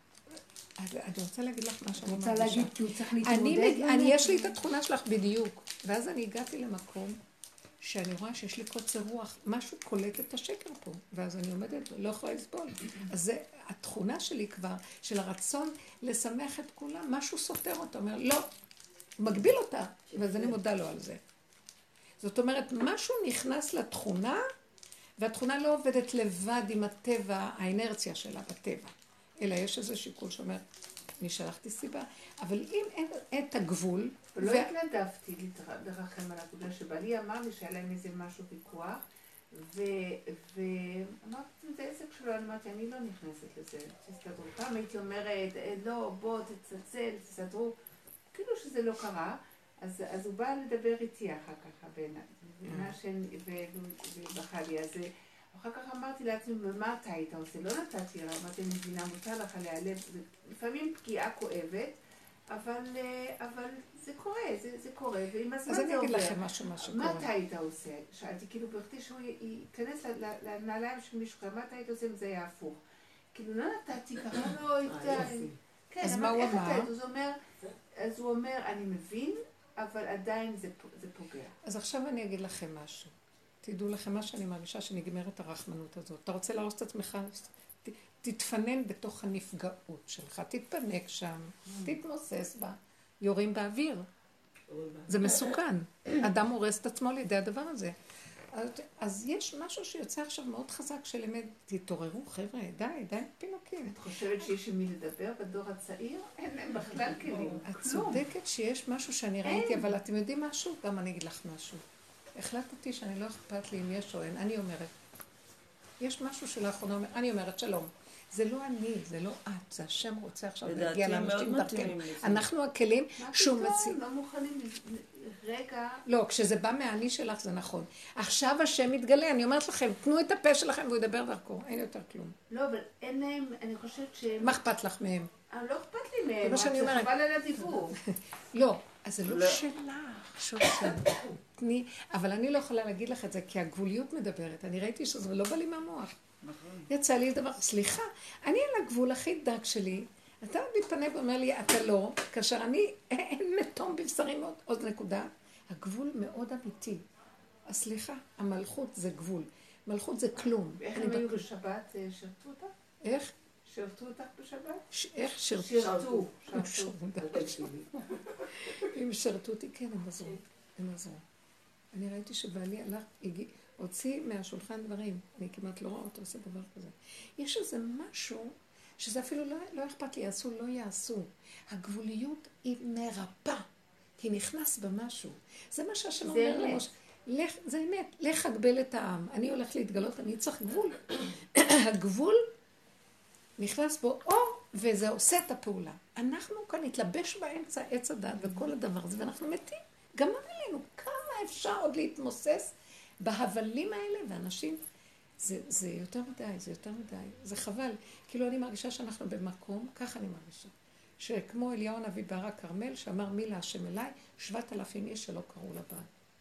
אני רוצה להגיד לך מה שאני מרגישה. רוצה להגיד כי הוא צריך להתמודד. יש לי את התכונה שלך בדיוק. ואז אני הגעתי למקום שאני רואה שיש לי קוצר רוח, משהו קולט את השקר פה, ואז אני עומדת, לא יכולה לסבול. אז זה התכונה שלי כבר, של הרצון לשמח את כולם, משהו סותר אותה, אומר, לא, מגביל אותה, ואז אני מודה לו על זה. זאת אומרת, משהו נכנס לתכונה, והתכונה לא עובדת לבד עם הטבע, האנרציה שלה בטבע, אלא יש איזה שיקול שאומר, אני שלחתי סיבה, אבל אם אין את הגבול... לא התנדבתי לרחם עליו, בגלל שבעלי אמר לי שהיה להם איזה משהו ויכוח, ואמרתי, זה עסק שלו, אני אמרתי, אני לא נכנסת לזה, תסתדרו. פעם הייתי אומרת, לא, בוא, תצלצל, תסתדרו, כאילו שזה לא קרה, אז הוא בא לדבר איתי אחר כך, ובכה לי, אז אחר כך אמרתי לעצמי, ומה אתה היית עושה? לא נתתי לה, אמרתי, אני מבינה, מותר לך להיעלב, לפעמים פגיעה כואבת, אבל זה קורה, זה קורה, ועם הזמן זה עובר. אז אני אגיד לכם משהו מה שקורה. מה אתה היית עושה? שאלתי, כאילו, בכדי שהוא ייכנס לנעליים של מישהו, מה אתה היית עושה אם זה היה הפוך? כאילו, לא נתתי ככה, לא הייתה... אז מה הוא אמר? אז הוא אומר, אני מבין, אבל עדיין זה פוגע. אז עכשיו אני אגיד לכם משהו. תדעו לכם מה שאני מרגישה שנגמרת הרחמנות הזאת. אתה רוצה להרוס את עצמך? תתפנן בתוך הנפגעות שלך, תתפנק שם, תתמוסס בה, יורים באוויר. זה מסוכן. אדם הורס את עצמו לידי הדבר הזה. אז יש משהו שיוצא עכשיו מאוד חזק של אמת, תתעוררו חבר'ה, די פינוקים. את חושבת שיש עם מי לדבר בדור הצעיר? אין להם בכלל כלים. את צודקת שיש משהו שאני ראיתי, אבל אתם יודעים משהו? גם אני אגיד לך משהו. החלטתי שאני לא אכפת לי אם יש או אין, אני אומרת. יש משהו שלאחרונה אומר, אני אומרת שלום. זה לא אני, זה לא את, זה השם רוצה עכשיו להגיע לאנשים דרכנו. אנחנו הכלים שהוא מציע. לא מוכנים רגע. לא, כשזה בא מהאני שלך זה נכון. עכשיו השם מתגלה, אני אומרת לכם, תנו את הפה שלכם והוא ידבר דרכו, אין יותר כלום. לא, אבל אין להם, אני חושבת שהם... מה אכפת לך מהם? לא אכפת לי מהם, רק זה חבל על הדיבור. לא, אז זה לא שלך, שושן. אבל אני לא יכולה להגיד לך את זה, כי הגבוליות מדברת. אני ראיתי שזה לא בא לי מהמוח. יצא לי דבר, סליחה, אני על הגבול הכי דק שלי, אתה מתפנה ואומר לי, אתה לא, כאשר אני, אין מתום בבשרי מאוד, עוד נקודה, הגבול מאוד אמיתי. אז סליחה, המלכות זה גבול, מלכות זה כלום. איך הם היו בשבת, שרתו אותך? איך? שרתו אותך בשבת? איך שרתו? אם שרתו אותי, כן, הם עזרו. אני ראיתי שבעלי הלך, הוציא מהשולחן דברים, אני כמעט לא רואה אותו עושה דבר כזה. יש איזה משהו שזה אפילו לא אכפת לי, יעשו, לא יעשו. הגבוליות היא מרפא, כי נכנס במשהו. זה מה שהשם אומר למשה. זה אמת, לך הגבל את העם. אני הולך להתגלות, אני צריך גבול. הגבול נכנס בו אור, וזה עושה את הפעולה. אנחנו כאן נתלבש באמצע עץ הדת וכל הדבר הזה, ואנחנו מתים. גם עלינו, כמה אפשר עוד להתמוסס בהבלים האלה, ואנשים, זה יותר מדי, זה יותר מדי, זה חבל. כאילו אני מרגישה שאנחנו במקום, ככה אני מרגישה, שכמו אליהו הנביא בהר הכרמל, שאמר מי להשם אליי, 7,000 איש שלא קראו לבעל.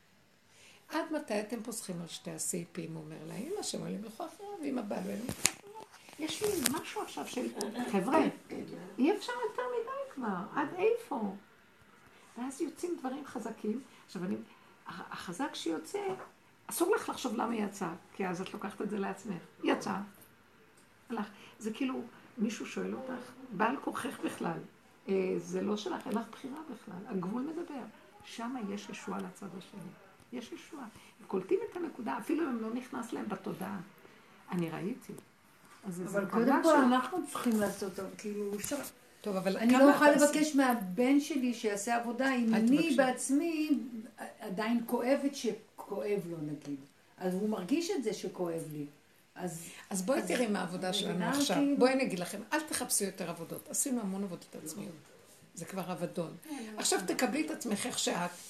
עד מתי אתם פוסחים על שתי הסעיפים, הוא אומר לה, אם השם עולים לכו אחריו, ואם הבעל עולים לכו אחריו. יש לי משהו עכשיו של, חבר'ה, אי אפשר יותר מדי כבר, עד איפה? ואז יוצאים דברים חזקים. עכשיו, החזק שיוצא, אסור לך לחשוב למה יצא, כי אז את לוקחת את זה לעצמך. יצא. הלך. זה כאילו, מישהו שואל אותך, בעל כוחך בכלל. זה לא שלך, אין לך בחירה בכלל. הגבול מדבר. שם יש ישועה לצד השני. יש ישועה. הם קולטים את הנקודה, אפילו אם לא נכנס להם בתודעה. אני ראיתי. אבל קודם כל אנחנו צריכים לעשות, כאילו, אפשר... טוב, אבל אני לא יכולה לבקש מהבן שלי שיעשה עבודה, אם אני בעצמי עדיין כואבת שכואב לו נגיד. אז הוא מרגיש את זה שכואב לי. אז בואי תראי מה העבודה שלנו עכשיו. בואי נגיד לכם, אל תחפשו יותר עבודות. עשינו המון עבודות עצמיות. זה כבר עבדון. עכשיו תקבלי את עצמך איך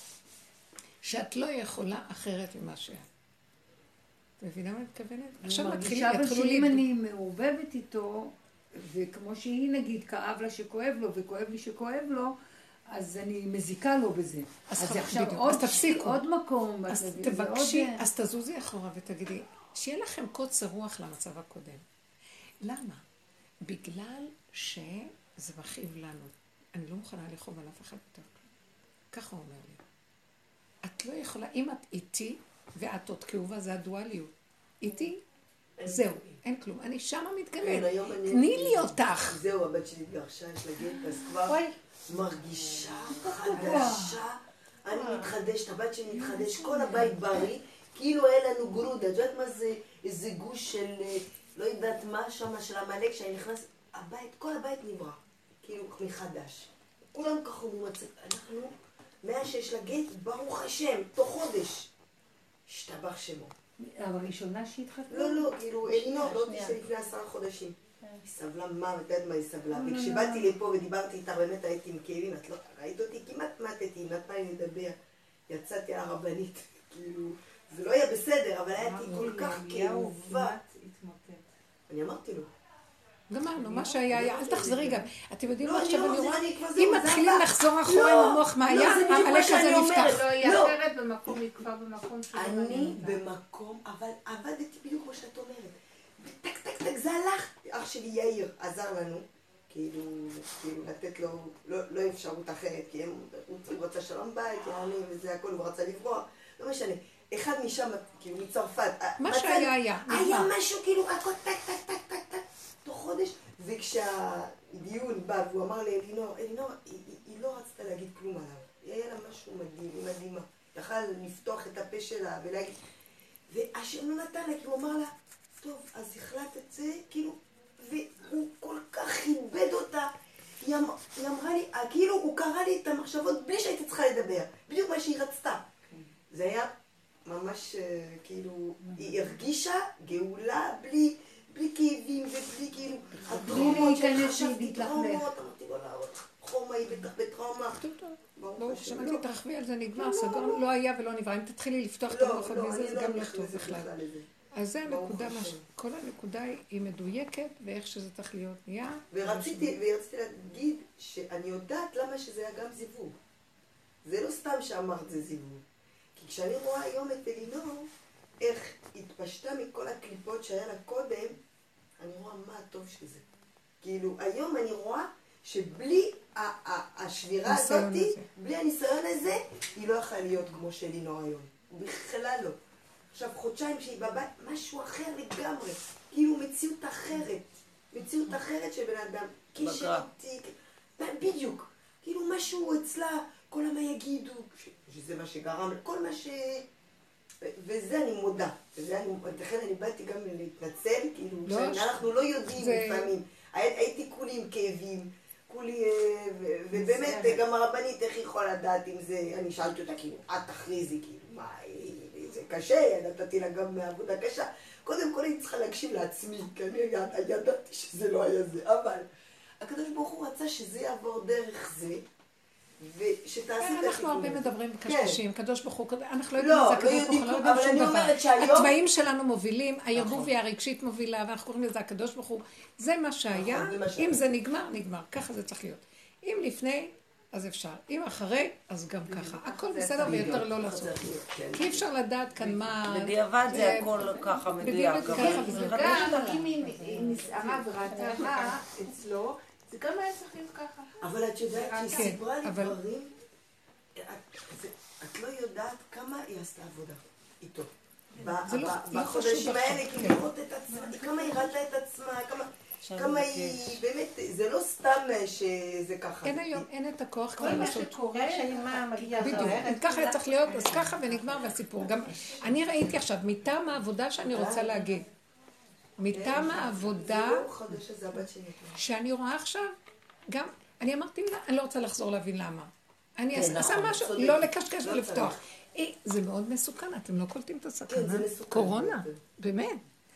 שאת לא יכולה אחרת ממה שאת. את מבינה מה את מתכוונת? עכשיו מתחילים, יתחילו לי... שאם אני מעורבבת איתו, וכמו שהיא נגיד כאב לה שכואב לו וכואב לי שכואב לו, אז אני מזיקה לו בזה. אז עכשיו עוד מקום. אז תבקשי, אז תזוזי אחורה ותגידי, שיהיה לכם קוצר רוח למצב הקודם. למה? בגלל שזה מכאיב לנו. אני לא מוכנה לחוב על אף אחד יותר. ככה הוא אומר לי. את לא יכולה, אם את איתי, ואת עוד כאובה, זה הדואליות. איתי, זהו, אין כלום. אני שמה מתגלת. תני לי אותך. זהו, הבת שלי התגרשה, יש לה גט, אז כבר מרגישה חדשה. אני מתחדשת, הבת שלי מתחדש, כל הבית בריא, כאילו היה לנו גרודה. את יודעת מה זה? איזה גוש של, לא יודעת מה שם, של המלאק, שאני נכנס, הבית, כל הבית נברא, כאילו מחדש. כולם ככה מומצאים. אנחנו, מהשש לגט, ברוך השם, תוך חודש. השתבח שמו. הראשונה שהתחתנה? לא, כאילו, אלינור, לא תשתה לפני 10 חודשים. היא סבלה מה, את יודעת מה היא סבלה. וכשבאתי לפה ודיברתי איתה, באמת הייתי עם כאבים, את לא, ראית אותי, כמעט מתתי, נתנה לי לדבר. יצאתי על הרבנית, כאילו, זה לא היה בסדר, אבל הייתי כל כך כאובה. אני אמרתי לו. גמרנו, מה שהיה היה, אל תחזרי גם. אתם יודעים מה עכשיו אני רואה? אם מתחילים לחזור אחורה עם המוח מה היה, הלך הזה נפתח. לא, היא אחרת במקום, היא כבר במקום שלא אני במקום, אבל עבדתי בדיוק כמו שאת אומרת. טק, טק, טק, זה הלך. אח שלי יאיר עזר לנו, כאילו לתת לו, לא אפשרות אחרת, כי הוא רצה שלום בית, יעני, וזה הכל, הוא רצה לברוח, לא משנה. אחד משם, כאילו מצרפת. מה שהיה היה. היה משהו כאילו, הכל טק, טק, טק, טק, טק, תוך חודש, וכשהדיון בא והוא אמר לאלינור, היא לא רצתה להגיד כלום עליו. היה לה משהו מדהים, היא מדהימה. יכל לפתוח את הפה שלה ולהגיד, והשם לא נתן לה, כי הוא אמר לה, טוב, אז החלטת את זה, כאילו, והוא כל כך כיבד אותה. היא אמרה לי, כאילו הוא קרא לי את המחשבות בלי שהייתי צריכה לדבר, בדיוק מה שהיא רצתה. זה היה ממש, כאילו, היא הרגישה גאולה בלי כאבים ובלי כאילו, הטראומות שחשבתי טראומות, אמרתי לו להראות, חומה היא בטח בטראומה. ברוך שמעתי, תרחבי על זה, נגמר, סגור, לא היה ולא נברא. אם תתחילי לפתוח את המוח וזה, זה גם לא טוב בכלל. אז זה הנקודה, כל הנקודה היא מדויקת, ואיך שזה צריך להיות נהיה. ורציתי להגיד שאני יודעת למה שזה היה גם זיווג. זה לא סתם שאמרת זה זיווג. כי כשאני רואה היום את אלינור, איך התפשטה מכל הקליפות שהיה לה קודם, אני רואה מה הטוב שזה. כאילו, היום אני רואה שבלי השבירה הזאת, בלי הניסיון הזה, היא לא יכולה להיות כמו שלינור היום. בכלל לא. עכשיו, חודשיים שהיא בבית, משהו אחר לגמרי. כאילו, מציאות אחרת. מציאות אחרת של בן אדם. קשר איתי. בדיוק. כאילו, משהו אצלה, כל מה יגידו, שזה מה שגרם, כל מה ש... וזה אני מודה. לכן אני באתי גם להתנצל, כאילו, שאנחנו לא יודעים לפעמים. הייתי כולי עם כאבים, כולי, ובאמת, גם הרבנית, איך היא יכולה לדעת אם זה, אני שאלתי אותה, כאילו, את תכריזי, כאילו, מה, זה קשה, נתתי לה גם מעבודה קשה. קודם כל אני צריכה להקשיב לעצמי, כי אני ידעתי שזה לא היה זה, אבל הקדוש ברוך הוא רצה שזה יעבור דרך זה, ושתעשי את אנחנו הרבה מדברים בקשקשים, קדוש ברוך הוא, אנחנו לא יודעים מה זה הקדוש ברוך הוא, לא יודעים שום דבר. הצבעים שלנו מובילים, הערבוביה הרגשית מובילה, ואנחנו קוראים לזה הקדוש ברוך הוא. זה מה שהיה, אם זה נגמר, נגמר, ככה זה צריך להיות. אם לפני, אז אפשר. אם אחרי, אז גם ככה. הכל בסדר ויותר לא לעשות. כי אי אפשר לדעת כאן מה... בדיעבד זה הכל ככה מדויק. גם אם היא נסערה וראתה רע אצלו, זה גם היה צריך להיות ככה. אבל את יודעת שהיא סיפרה לי דברים, את לא יודעת כמה היא עשתה עבודה איתו. בחודשים האלה, כאילו לראות את עצמה, כמה היא ראתה את עצמה, כמה היא, באמת, זה לא סתם שזה ככה. אין היום, אין את הכוח כל מה שקורה, מה מגיע בדיוק, אם ככה היה צריך להיות, אז ככה ונגמר והסיפור. גם אני ראיתי עכשיו, מטעם העבודה שאני רוצה להגיד, מטעם העבודה שאני רואה עכשיו, גם, אני אמרתי לה, אני לא רוצה לחזור להבין למה. אני עושה משהו, לא לקשקש ולפתוח. זה מאוד מסוכן, אתם לא קולטים את הסכנה. קורונה, באמת.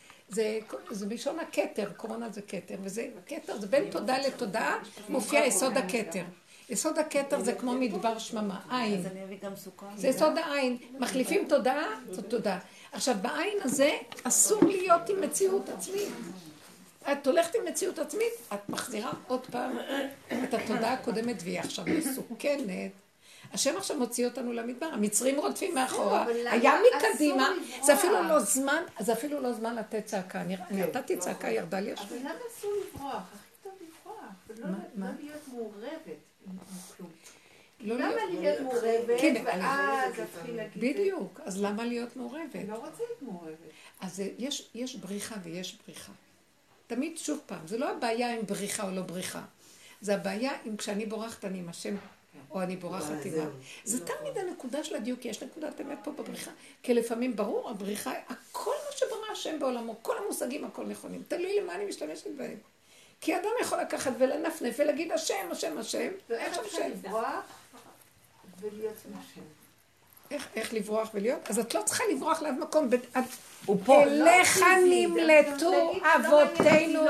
זה בלשון הכתר, קורונה זה כתר, וזה כתר, זה בין תודה לתודעה, מופיע יסוד הכתר. יסוד הכתר זה כמו מדבר שממה, עין. זה יסוד העין. מחליפים תודעה, זאת תודעה. עכשיו, בעין הזה אסור להיות עם מציאות עצמית. את הולכת עם מציאות עצמית, את מחזירה עוד פעם את התודעה הקודמת, והיא עכשיו מסוכנת. השם עכשיו מוציא אותנו למדבר, המצרים רודפים מאחורה, היה מקדימה, זה אפילו לא זמן לתת צעקה, אני נתתי צעקה, ירדה לי השם. אבל למה אסור לברוח? הכי טוב לברוח, ולא להיות מעורבת עם כלום. למה להיות מעורבת, ואז להתחיל להגיד... בדיוק, אז למה להיות מעורבת? אני לא רוצה להיות מעורבת. אז יש בריחה ויש בריחה. תמיד שוב פעם, זה לא הבעיה עם בריחה או לא בריחה. זה הבעיה אם כשאני בורחת אני עם השם, או אני בורחת עם... זה תמיד הנקודה של הדיוק, יש נקודת אמת פה בבריחה. כי לפעמים ברור, הבריחה, הכל מה שברא השם בעולמו, כל המושגים, הכל נכונים. תלוי למה אני משתמשת בהם. כי אדם יכול לקחת ולנפנף ולהגיד השם, השם, השם. ואיך אפשר לברוח ולהיות עם השם? איך לברוח ולהיות? אז את לא צריכה לברוח לאף מקום. הוא פה. אליך נמלטו אבותינו.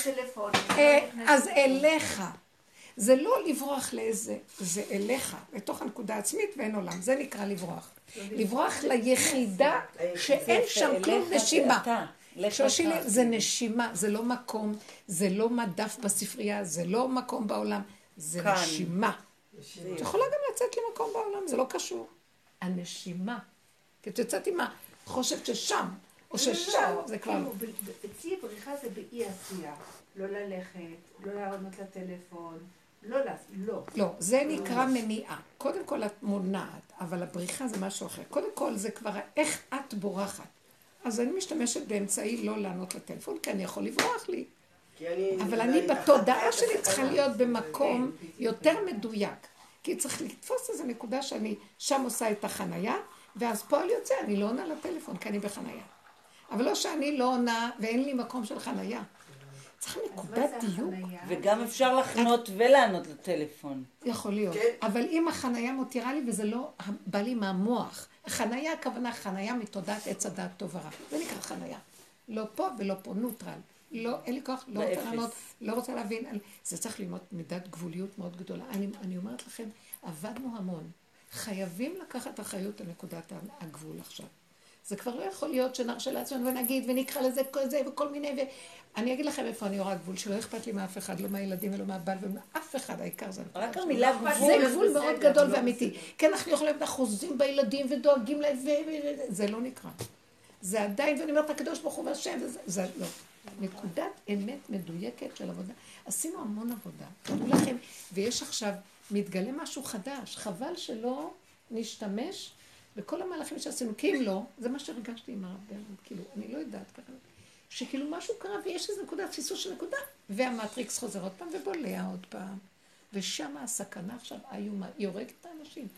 אז אליך. זה לא לברוח לאיזה, זה אליך, לתוך הנקודה העצמית ואין עולם. זה נקרא לברוח. לברוח ליחידה שאין שם כלום נשימה. זה נשימה, זה לא מקום, זה לא מדף בספרייה, זה לא מקום בעולם, זה נשימה. את יכולה גם לצאת למקום בעולם, זה לא קשור. הנשימה. כי את יוצאת עם חושבת ששם, או ששם, זה כבר לא. אצלי הבריחה זה באי עשייה. לא ללכת, לא לענות לטלפון, לא. לא, זה נקרא מניעה. קודם כל את מונעת, אבל הבריחה זה משהו אחר. קודם כל זה כבר איך את בורחת. אז אני משתמשת באמצעי לא לענות לטלפון, כי אני יכול לברוח לי. אבל אני בתודעה שלי צריכה להיות במקום יותר מדויק. כי צריך לתפוס איזו נקודה שאני שם עושה את החנייה, ואז פועל יוצא, אני לא עונה לטלפון, כי אני בחנייה. אבל לא שאני לא עונה ואין לי מקום של חנייה. צריך נקודת דיוק. וגם אפשר לחנות ולענות לטלפון. יכול להיות. אבל אם החנייה מותירה לי, וזה לא בא לי מהמוח. החנייה, הכוונה חנייה מתודעת עץ הדעת טוב ורע. זה נקרא חנייה. לא פה ולא פה, נוטרל. לא, אין לי כוח, לא רוצה לענות, לא רוצה להבין. זה צריך ללמוד מידת גבוליות מאוד גדולה. אני אומרת לכם, עבדנו המון. חייבים לקחת אחריות על נקודת הגבול עכשיו. זה כבר לא יכול להיות שנרשה לעצמנו ונגיד ונקרא לזה וכל מיני אני אגיד לכם איפה אני רואה גבול, שלא אכפת לי מאף אחד, לא מהילדים ולא מהבעל ומאף אחד, העיקר זה רק המילה גבול. זה גבול מאוד גדול ואמיתי. כן, אנחנו יכולים לחוזים בילדים ודואגים להם, זה לא נקרא. זה עדיין, ואני אומרת, הקדוש ברוך הוא והשם, זה לא. נקודת אמת מדויקת של עבודה. עשינו המון עבודה. תראו לכם, ויש עכשיו, מתגלה משהו חדש, חבל שלא נשתמש בכל המהלכים שעשינו, כי אם לא, זה מה שהרגשתי עם הרב ברנד, כאילו, אני לא יודעת ככה. שכאילו משהו קרה ויש איזו נקודה, תפיסו של נקודה, והמטריקס חוזר עוד פעם ובולע עוד פעם. ושם הסכנה עכשיו איומה, היא הורגת את האנשים.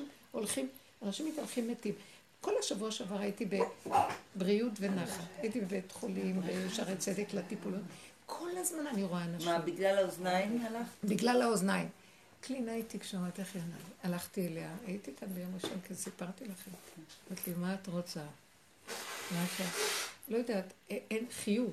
אנשים מתהלכים מתים. כל השבוע שעבר הייתי בבריאות ונחת. הייתי בבית חולים, בשערי צדק לטיפולות. כל הזמן אני רואה אנשים. מה, בגלל האוזניים הלכת? בגלל האוזניים. קלינאית תקשורת, איך יונה? הלכתי אליה, הייתי כאן ביום ראשון, כי סיפרתי לכם. אמרתי לי, מה את רוצה? מה את? לא יודעת, אין חיות,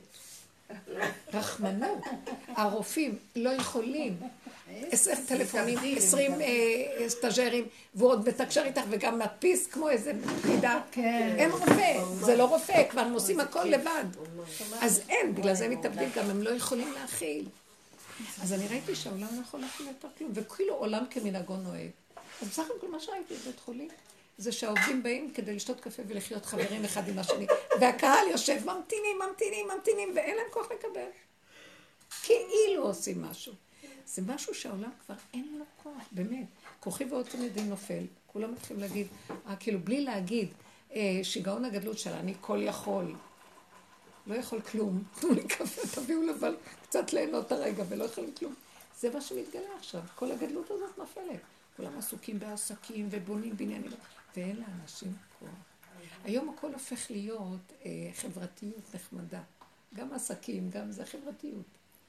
רחמנות. הרופאים לא יכולים, 10 טלפונים, 20 סטאז'רים, והוא עוד מתקשר איתך וגם מדפיס כמו איזה פקידה. אין רופא, זה לא רופא, כבר הם עושים הכל לבד. אז אין, בגלל זה מתאבדים, גם הם לא יכולים להכיל. אז אני ראיתי שהעולם לא יכול להכיל יותר כלום, וכאילו עולם כמנהגו נוהג. אז בסך הכל מה שראיתי בבית חולים, זה שהעובדים באים כדי לשתות קפה ולחיות חברים אחד עם השני. והקהל יושב, ממתינים, ואין להם כוח לקבל. כאילו עושים משהו. זה משהו שהעולם כבר אין לו כוח, באמת. כוחי ועוצם ידי נופל. כולם מתחילים להגיד, כאילו בלי להגיד, שיגעון הגדלות שלה, אני כל יכול. לא יכול כלום. תנו לי קפה, תביאו לבן, קצת ליהנות הרגע, ולא יכולים כלום. זה מה שמתגלה עכשיו. כל הגדלות הזאת נופלת. כולם עסוקים בעסקים ובונים בניינים. ואין לאנשים כוח. היום הכל הופך להיות חברתיות נחמדה. גם עסקים, גם זה חברתיות.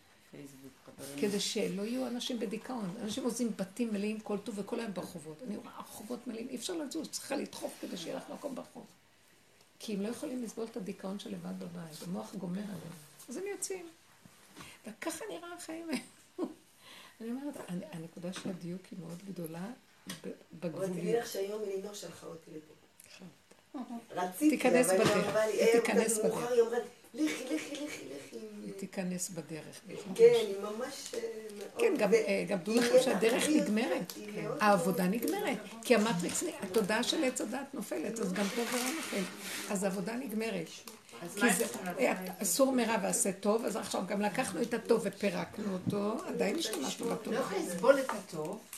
כדי שלא יהיו אנשים בדיכאון. אנשים עושים בתים מלאים כל טוב וכל היום ברחובות. אני רואה, הרחובות מלאים, אי אפשר לזוז, צריכה לדחוף כדי שיהיה לך מקום ברחוב. כי הם לא יכולים לסבול את הדיכאון של לבד בבית. המוח גומר עליהם. אז הם יוצאים. וככה נראה החיים. אני אומרת, הנקודה של הדיוק היא מאוד גדולה. אבל תראי לך שהיום אלינור שלחה אותי לפה. רציתי, תיכנס בדרך. תיכנס בדרך. היא אומרת, לכי. היא תיכנס בדרך. כן, היא ממש... כן, גם דעו לכם שהדרך נגמרת. העבודה נגמרת. כי המטריקס, התודעה של עץ הדעת נופלת, אז גם טוב ורע נופל. אז העבודה נגמרת. כי זה אסור מרע ועשה טוב, אז עכשיו גם לקחנו את הטוב ופרקנו אותו, עדיין יש משהו בטוב. לא יכולה לסבול את הטוב,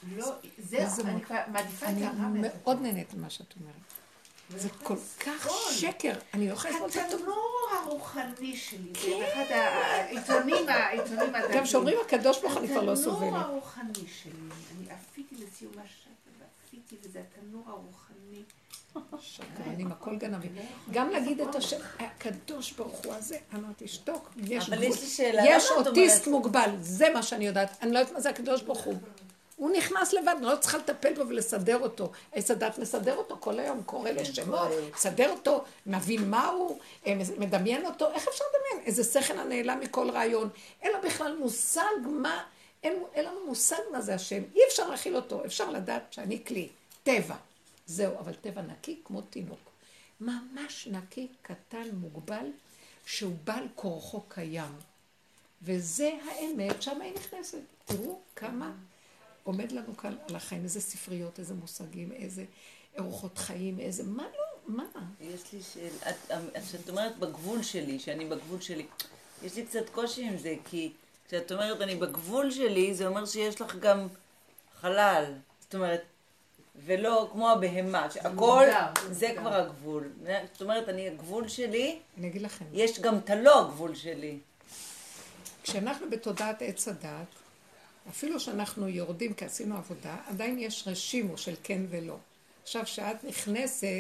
לא, זהו, אני מעדיפה את הרע. אני מאוד נהנית ממה שאת אומרת. זה כל כך שקר, אני לא יכולה לסבול את הטוב. התנור הרוחני שלי, זה אחד העיתונים הדתיים. גם שאומרים הקדוש ברוך אני כבר לא סובלת. התנור הרוחני שלי, אני עפיתי לסיום השקר, ועפיתי, וזה התנור הרוחני. שקרנים, הכל גנבים. גם להגיד את השם, הקדוש ברוך הוא הזה, אמרתי, שתוק, יש אבל גבול. יש לי שאלה, יש אוטיסט מוגבל, זה מה שאני יודעת. אני לא יודעת מה זה הקדוש ברוך הוא. הוא נכנס לבד, אני לא צריכה לטפל בו ולסדר אותו. עץ הדת מסדר אותו כל היום, קורא לו שמות, מסדר אותו, מבין מה הוא, מדמיין אותו. איך אפשר לדמיין? איזה שכל הנעלם מכל רעיון. אין לו בכלל מושג מה, אין לנו מושג מה זה השם. אי אפשר להכיל אותו, אפשר לדעת שאני כלי, טבע. זהו, אבל טבע נקי כמו תינוק. ממש נקי, קטן, מוגבל, שהוא בעל כורחו קיים. וזה האמת, שם היא נכנסת. תראו כמה עומד לנו כאן על החיים, איזה ספריות, איזה מושגים, איזה אורחות חיים, איזה... מה לא? מה? יש לי שאלה, כשאת אומרת בגבול שלי, שאני בגבול שלי, יש לי קצת קושי עם זה, כי כשאת אומרת אני בגבול שלי, זה אומר שיש לך גם חלל. זאת אומרת, ולא כמו הבהמה, שהכל זה כבר הגבול. זאת אומרת, אני הגבול שלי, אני אגיד לכם. יש גם את הלא הגבול שלי. כשאנחנו בתודעת עץ הדת, אפילו שאנחנו יורדים כי עשינו עבודה, עדיין יש רשימו של כן ולא. עכשיו, שאת נכנסת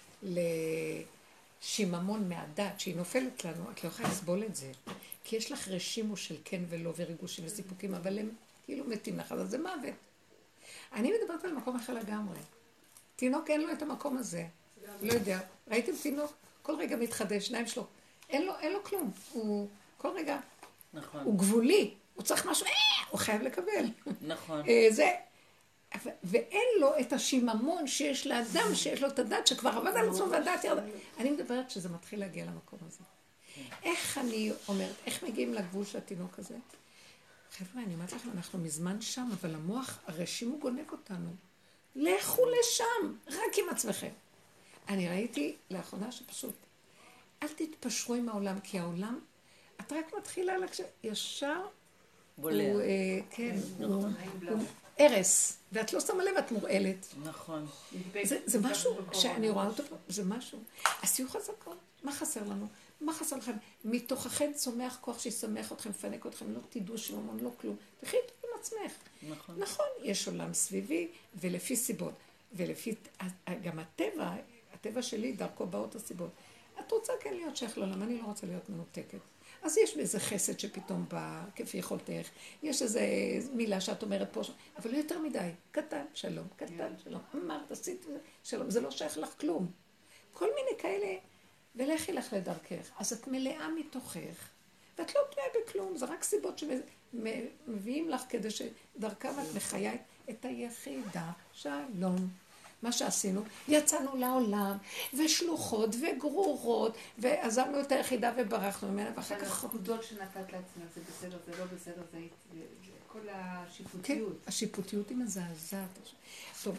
לשיממון מהדת, שהיא נופלת לנו, את לא יכולה לסבול את זה. כי יש לך רשימו של כן ולא וריגושים וסיפוקים, אבל הם כאילו מתים לך, אז זה מוות. אני מדברת על מקום אחר לגמרי. תינוק אין לו את המקום הזה. לא יודע. ראיתם תינוק? כל רגע מתחדש, שניים שלו. אין לו כלום. הוא כל רגע... נכון. הוא גבולי. הוא צריך משהו, הוא חייב לקבל. נכון. זה... ואין לו את השיממון שיש לאדם, שיש לו את הדת, שכבר עבד על עצמו והדת ירדה. אני מדברת שזה מתחיל להגיע למקום הזה. איך אני אומרת, איך מגיעים לגבול של התינוק הזה? חבר'ה, אני אומרת לכם, אנחנו מזמן שם, אבל המוח, הרשים הוא גונב אותנו. לכו לשם, רק עם עצמכם. אני ראיתי לאחרונה שפשוט, אל תתפשרו עם העולם, כי העולם, את רק מתחילה ישר, בולע. הוא, כן, הוא ערס, ואת לא שמה לב, את מורעלת. נכון. זה משהו שאני רואה אותו, זה משהו. אז תהיו חזקות, מה חסר לנו? מה חסר לכם? מתוככם צומח כוח שישמח אתכם, פנק אתכם, לא תדעו שיממון, לא כלום. תחי איתו עם עצמך. נכון, יש עולם סביבי, ולפי סיבות, ולפי, גם הטבע שלי, דרכו באות הסיבות. את רוצה כן להיות שייך לעולם, אני לא רוצה להיות מנותקת. אז יש באיזה חסד שפתאום בא, כפי יכולתך, יש איזו מילה שאת אומרת פה, אבל לא יותר מדי, קטן, שלום, קטן, שלום, אמרת, עשית, שלום, זה לא שייך לך כלום. כל מיני כאלה, ולכי לך לדרכך. אז את מלאה מתוכך, ואת לא תלויה בכלום, זה רק סיבות שמביאים לך כדי שדרכם את מחיה את היחידה, שלום. מה שעשינו, יצאנו לעולם, ושלוחות וגרורות, ועזבנו את היחידה וברחנו ממנה, ואחר כך... הנקודות שנתת לעצמך, זה בסדר, זה לא בסדר, זה כל השיפוטיות. כן, השיפוטיות היא מזעזעת. טוב,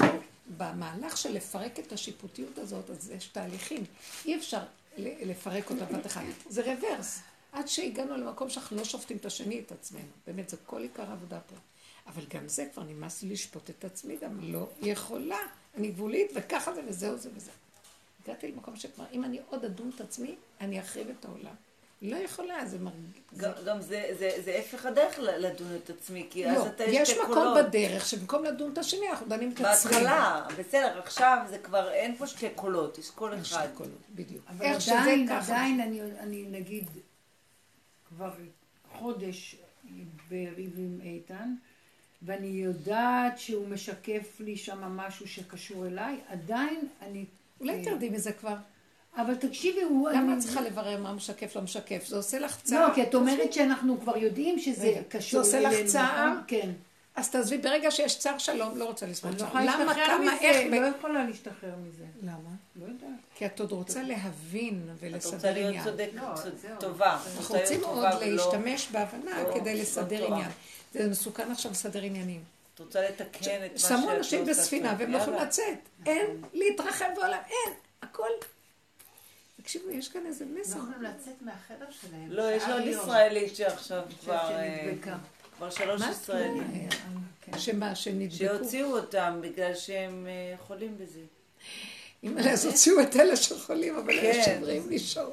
במהלך של לפרק את השיפוטיות הזאת, אז יש תהליכים. אי אפשר לפרק אותה בת אחת. זה רוורס. עד שהגענו למקום שאנחנו לא שופטים את השני, את עצמנו. באמת, זה כל עיקר עבודה פה. אבל גם זה כבר נמאס לי לשפוט את עצמי, גם לא יכולה. אני גבולית, וככה זה וזהו זה וזה. הגעתי למקום שכבר, אם אני עוד אדון את עצמי, אני אחריב את העולם. לא יכולה, זה מרגיש. גם זה הפך הדרך לדון את עצמי, כי אז אתה יש מקום בדרך, שבמקום לדון את השני, אנחנו דנים את עצמי. בהתחלה, בסדר, עכשיו זה כבר, אין פה שתי קולות, יש קול אחד. בדיוק. אבל עדיין אני נגיד, כבר חודש בריב עם איתן, ואני יודעת שהוא משקף לי שם משהו שקשור אליי, עדיין אני... אולי תרדי מזה כבר. אבל תקשיבי, למה את צריכה לברר מה משקף, לא משקף? זה עושה לך צער. לא, כי את אומרת שאנחנו כבר יודעים שזה קשור אלינו. זה עושה לך צער? כן. אז תעזבי, ברגע שיש צער שלום, לא רוצה לסבול צער. למה, כמה, איך? לא יכולה להשתחרר מזה. למה? לא יודעת. כי את עוד רוצה להבין ולסדר עניין. את רוצה להיות צודק, טובה. אנחנו רוצים עוד להשתמש בהבנה כדי לסדר עניין. זה מסוכן עכשיו לסדר עניינים. את רוצה לתקן את מה שאת שמו אנשים בספינה והם לא יכולים לצאת. אין להתרחב בעולם, אין. הכל. תקשיבו, יש כאן איזה מסר. לא יכולים לצאת מהחדר שלהם. לא, יש עוד ישראלית שעכשיו כבר 3 ישראלים. שמה, שנדבקו? שיוציאו אותם בגלל שהם חולים בזה. אם אז הוציאו את אלה שחולים, אבל אלה שבריאים נשארו.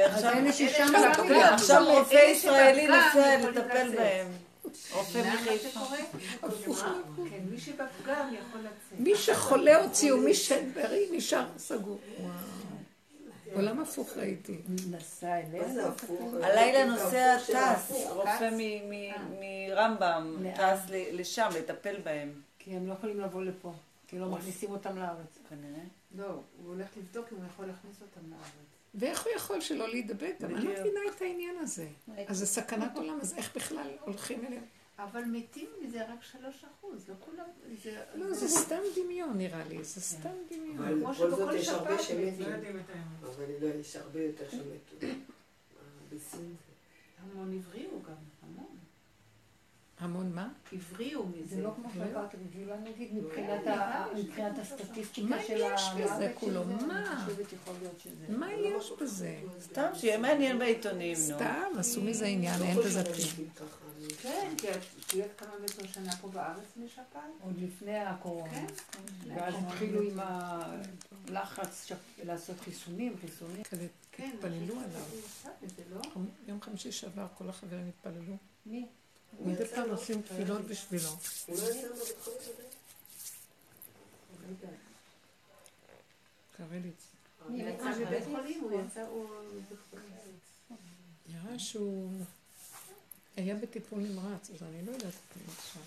ועכשיו רופא ישראלי נסע לטפל בהם. רופא מחיפה. כן, מי שבפגם יכול לצאת. מי שחולה הוציאו, מי שבריא נשאר סגור. עולם הפוך ראיתי. נסע אלינו. הלילה נוסע טס, רופא מרמב"ם, טס לשם לטפל בהם. כי הם לא יכולים לבוא לפה, כי לא מכניסים אותם לארץ. כנראה. לא, הוא הולך לבדוק אם הוא יכול להכניס אותם לארץ. ואיך הוא יכול שלא להידבק? אני לא מבינה את העניין הזה. אז זה סכנת עולם, אז איך בכלל הולכים אליהם? אבל מתים מזה רק 3%, לא כולם... לא, זה סתם דמיון נראה לי, זה סתם דמיון. אבל בכל זאת יש הרבה שמתים. אבל לא, יש הרבה יותר שמתו. בסין זה... המון הבריאו גם, המון. המון מה? הבריאו מזה. זה לא כמו שאמרת, ג'ולה נגיד, מבחינת הסטטיסטיקה של מה יש בזה כולו? מה? מה יש בזה? סתם שיהיה מעניין בעיתונים, נו. סתם, עשו מזה עניין, אין בזה כלום. כן, כי את כמה מטר שנה פה בארץ משפעת? עוד לפני הקורונה. כן. ואז התחילו עם הלחץ לעשות חיסונים. כן, התפללו עליו. זה לא? יום חמישי שעבר כל החברים התפללו. מי? מדי פעם עושים תפילות בשבילו. הוא לא יצא בבית חולים הזה? קרליץ. הוא יצא מבית חולים, הוא יצא מבית חולים. נראה שהוא היה בטיפול נמרץ, אז אני לא יודעת את זה עכשיו.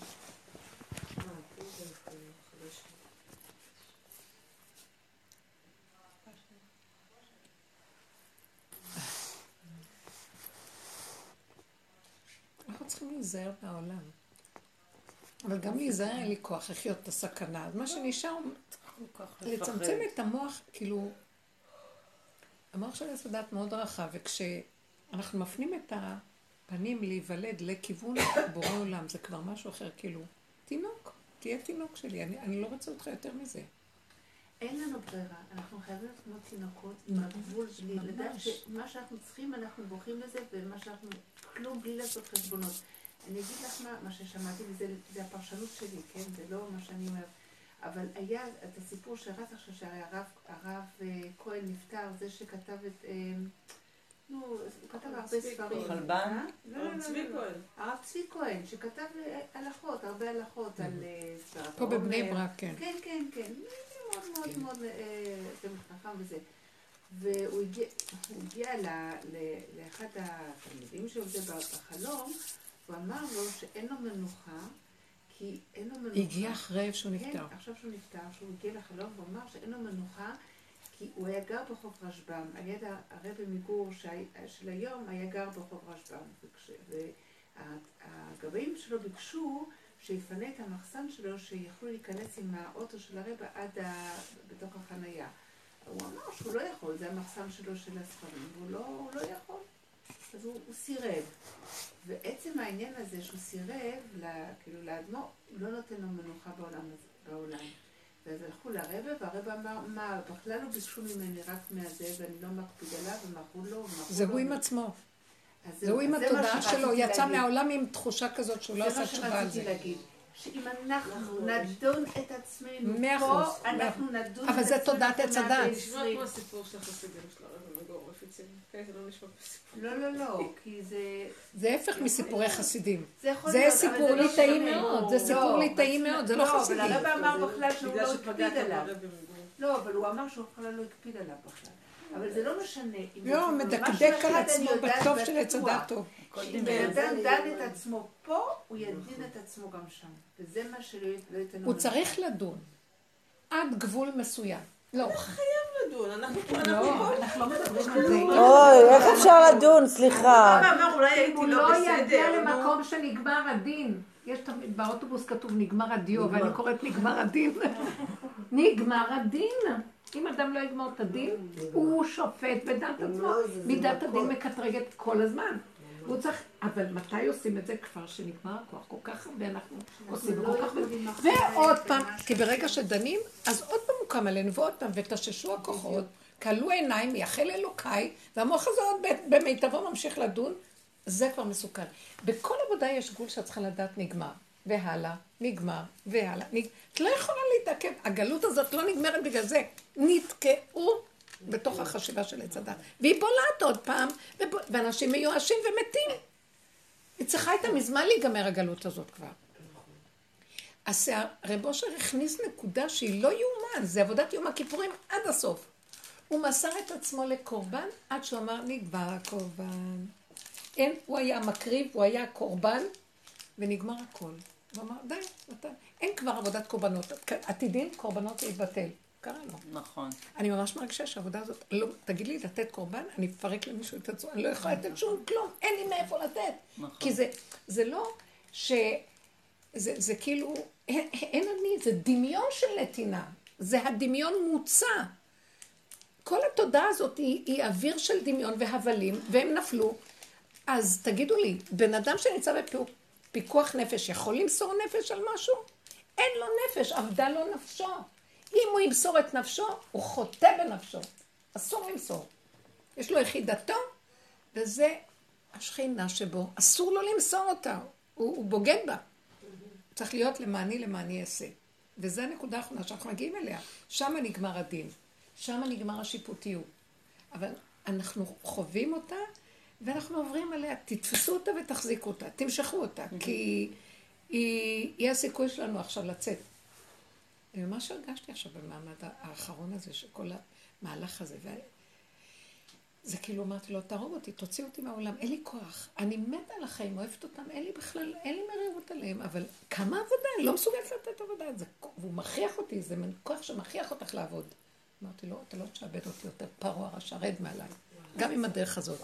אנחנו צריכים להיזהר מהעולם. אבל גם להיזהר אין לי כוח לחיות את הסכנה. אז מה שנשאר, לצמצם את המוח, כאילו, המוח של הסד"ת מאוד רחב, וכשאנחנו מפנים את הפנים להיוולד לכיוון בורא עולם, זה כבר משהו אחר, כאילו, תינוק, תהיה תינוק שלי, אני לא רוצה אותך יותר מזה. אין לנו ברירה, אנחנו חייבים להיות כמו תינוקות, עם הגבול בלי, לדעת שמה שאנחנו צריכים אנחנו בורחים לזה, ומה שאנחנו, כלום בלי לעשות חשבונות. אני אגיד לך מה ששמעתי, וזה הפרשנות שלי, כן? זה לא מה שאני אומר. אבל היה את הסיפור שרץ עכשיו, שהרב כהן נפטר, זה שכתב את... נו, הוא כתב הרבה ספרים. חלבן? הרב צבי כהן. הרב צבי כהן, שכתב הלכות, הרבה הלכות על... פה בבני ברק, כן. כן, כן, כן. מאוד מאוד מאוד חכם וזה. והוא הגיע לאחד התלמידים שלו בחלום, הוא אמר לו שאין לו מנוחה, כי אין לו מנוחה. הגיע אחרי שהוא נפטר. כן, עכשיו שהוא נפטר, שהוא הגיע לחלום, הוא אמר שאין לו מנוחה, כי הוא היה גר ברחוב רשב"ם. היד הרבי מגור של היום היה גר ברחוב רשב"ם. והגבאים שלו ביקשו שיפנה את המחסן שלו, שיכולו להיכנס עם האוטו של הרבה עד בתוך החנייה. הוא אמר שהוא לא יכול, זה המחסן שלו של הספרים, והוא לא יכול. אז הוא סירב. ועצם העניין הזה שהוא סירב, כאילו לאדמו, לא נותן לו מנוחה בעולם. ואז הלכו לרבא, והרבא אמר, מה, בכלל לא ביקשו ממני רק מהזה, ואני לא מקפיד עליו, ומחו לו, זה הוא עם עצמו. זה הוא עם התודעה שלו, יצא מהעולם עם תחושה כזאת שהוא לא עשה תשובה על זה. זה מה שרציתי להגיד. שאם אנחנו נדון את עצמנו פה, אנחנו נדון את עצמנו. אבל זה תודעת עץ הדת. נשמע כמו הסיפור של החסידים של הרב מגור רפיצים. כן, זה לא נשמע כמו סיפור. לא, כי זה... זה הפך מסיפורי חסידים. זה סיפור ליטאי מאוד, זה סיפור ליטאי מאוד, זה לא חסידים. אבל הרב אמר בכלל שהוא לא הקפיד עליו. לא, אבל הוא אמר שהוא בכלל לא הקפיד עליו בכלל. אבל זה לא משנה. לא, מדקדק על עצמו בטוב של עץ הדת טוב. אם אדם דן את עצמו פה, הוא ידין את עצמו גם שם. וזה מה שלא ייתן לו... הוא צריך לדון. עד גבול מסוים. לא. חייב לדון, אנחנו לא מדברים על זה. אוי, איך אפשר לדון? סליחה. הוא לא יגיע למקום שנגמר הדין. יש תמיד באוטובוס כתוב נגמר הדיו, ואני קוראת נגמר הדין. נגמר הדין. אם אדם לא יגמור את הדין, הוא שופט בדעת עצמו. מידת הדין מקטרגת כל הזמן. הוא צריך, אבל מתי עושים את זה? כבר שנגמר הכוח, כל כך הרבה אנחנו עושים, וכל כך הרבה. ועוד פעם, כי ברגע שדנים, אז עוד פעם הוא קם עלינו, ועוד פעם, ותששו הכוחות, קלו עיניים, יחל אלוקיי, והמוח הזה עוד במיטבו ממשיך לדון, זה כבר מסוכן. בכל עבודה יש גבול שאת צריכה לדעת נגמר. והלאה, נגמר, והלאה. את לא יכולה להתעכב, הגלות הזאת לא נגמרת בגלל זה. נתקעו בתוך החשיבה של עץ הדת. והיא בולעת עוד פעם, ואנשים מיואשים ומתים. היא צריכה איתה מזמן להיגמר הגלות הזאת כבר. אז רב אושר הכניס נקודה שהיא לא יאומן, זה עבודת יום הכיפורים עד הסוף. הוא מסר את עצמו לקורבן עד שהוא אמר נגמר הקורבן. אין, הוא היה מקריב, הוא היה קורבן, ונגמר הכל. הוא אמר, די, אין כבר עבודת קורבנות. עתידין קורבנות להתבטל. קרה לו. נכון. אני ממש מרגישה שהעבודה הזאת, לא, תגיד לי, לתת קורבן, אני אפרק למישהו את עצמו, אני לא יכולה לתת שום כלום, אין לי מאיפה לתת. נכון. כי זה לא זה כאילו, אין אני, זה דמיון של נתינה. זה הדמיון מוצא. כל התודעה הזאת היא אוויר של דמיון והבלים, והם נפלו. אז תגידו לי, בן אדם שנמצא בפיקוח נפש, יכול למסור נפש על משהו? אין לו נפש, עבדה לו נפשו. אם הוא ימסור את נפשו, הוא חוטא בנפשו. אסור למסור. יש לו יחידתו, וזה השכינה שבו. אסור לו למסור אותה. הוא בוגד בה. צריך להיות למעני אעשה. וזו הנקודה האחרונה שאנחנו מגיעים אליה. שם נגמר הדין. שם נגמר השיפוטיות. אבל אנחנו חווים אותה, ואנחנו עוברים עליה. תתפסו אותה ותחזיקו אותה. תמשכו אותה. כי היא הסיכוי שלנו עכשיו לצאת. ממש הרגשתי עכשיו במעמד האחרון הזה, שכל המהלך הזה, זה כאילו אמרתי לו, תהרוג אותי, תוציא אותי מהעולם, אין לי כוח, אני מתה על החיים, אוהבת אותם, אין לי בכלל, אין לי מרירות עליהם, אבל כמה עבודה, אני לא מסוגלת לתת עבודה, והוא מכריח אותי, זה מין כוח שמכריח אותך לעבוד. אמרתי לו, אתה לא תשאבד אותי יותר, פרעה הרשע, רד מעליי, גם עם הדרך הזאת.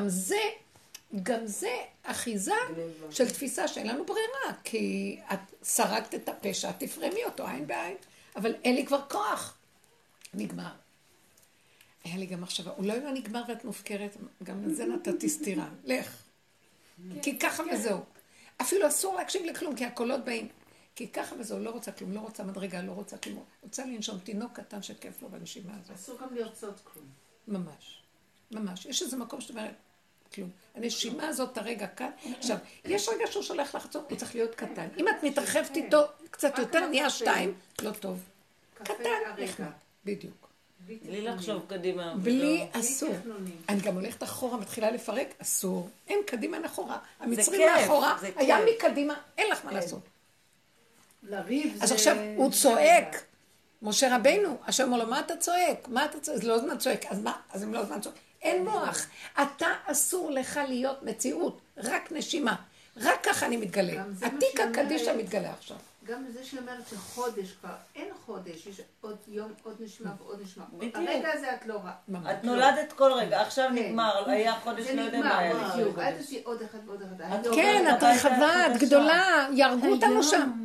גם זה אחיזה של תפיסה שאין לנו ברירה, כי את שרקת את הפשע, תפרמי אותו עין בעין, אבל אין לי כבר כוח. נגמר. היה לי גם מחשבה, אולי לא נגמר ואת מופקרת, גם לזה נתתי סתירה. לך. כי ככה וזהו. אפילו אסור להקשיב לכלום, כי הקולות באים. כי ככה וזהו, לא רוצה כלום, לא רוצה מדרגה, לא רוצה כלום. רוצה לנשום תינוק קטן שכיף לו בנשימה הזאת. אסור גם לרצות כלום. ממש. ממש. יש איזה מקום שאת אומרת, כלום. הנשימה הזאת הרגע כאן. עכשיו, יש רגע שהוא שולח לחצות, הוא צריך להיות קטן. אם את מתרחבת איתו קצת יותר, נהיה 2, לא טוב. קטן. בדיוק. בלי לחשוב קדימה. בלי אסור. אני גם הולכת אחורה, מתחילה לפרק, אסור. אין קדימה אחורה. המצרים מאחורה, היה מקדימה, אין לך מה לעשות. לריב זה... אז עכשיו הוא צועק. משה רבינו, השם אומר לו, מה אתה צועק? מה אתה צועק? זה לא זמן צועק. אז מה? אז אם לא זמן צועק. אין מוח. אתה אסור לך להיות מציאות. רק נשימה. רק ככה אני מתגלה. עתיק הקדישה מתגלה עכשיו. גם זה שאומרת שחודש כבר, אין חודש, יש עוד יום, עוד נשמע ועוד נשמע. הרגע הזה את לא רעה. את נולדת כל רגע, עכשיו נגמר, היה חודש לא יודע מה היה. זה נגמר, בדיוק. אל תעשי עוד אחד ועוד אחד. כן, את רחבה, את גדולה, ירגו אותנו שם.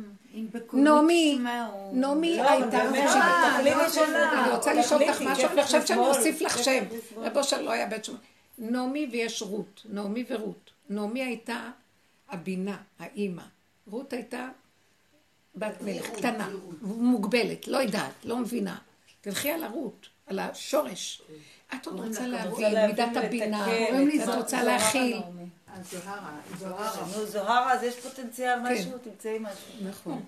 נעמי הייתה, אני רוצה לשאול אותך משהו, אני חושבת שאני אוסיף לך שם. רב אושר לא היה בית שם. נעמי ויש רות, נעמי ורות. נעמי הייתה הבינה, האימא. רות הייתה בת מלך, קטנה, מוגבלת, לא יודעת, לא מבינה. תלכי על הרות, על השורש. את עוד רוצה להבין מידת הבינה, את רוצה להכיל. זוהרה, אז יש פוטנציאל משהו, תמצאי משהו. נכון.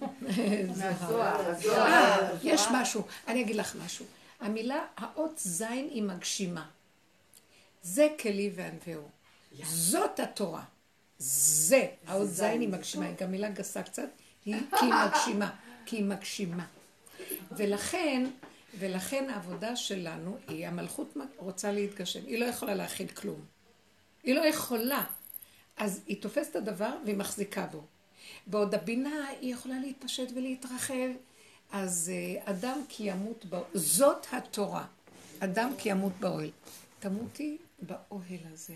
יש משהו. אני אגיד לך משהו. המילה, האות זין היא מגשימה. זה כלי וענווהו. זאת התורה. זה, האות זין היא מגשימה. היא גם מילה גסה קצת. כי היא מגשימה. כי היא מגשימה. ולכן העבודה שלנו היא, המלכות רוצה להתגשם. היא לא יכולה להכיל כלום. היא לא יכולה. אז היא תופסת את הדבר והיא מחזיקה בו. בעוד הבינה היא יכולה להתפשט ולהתרחב. אז אדם כי ימות באוהל. זאת התורה. אדם כי ימות באוהל. תמותי באוהל הזה.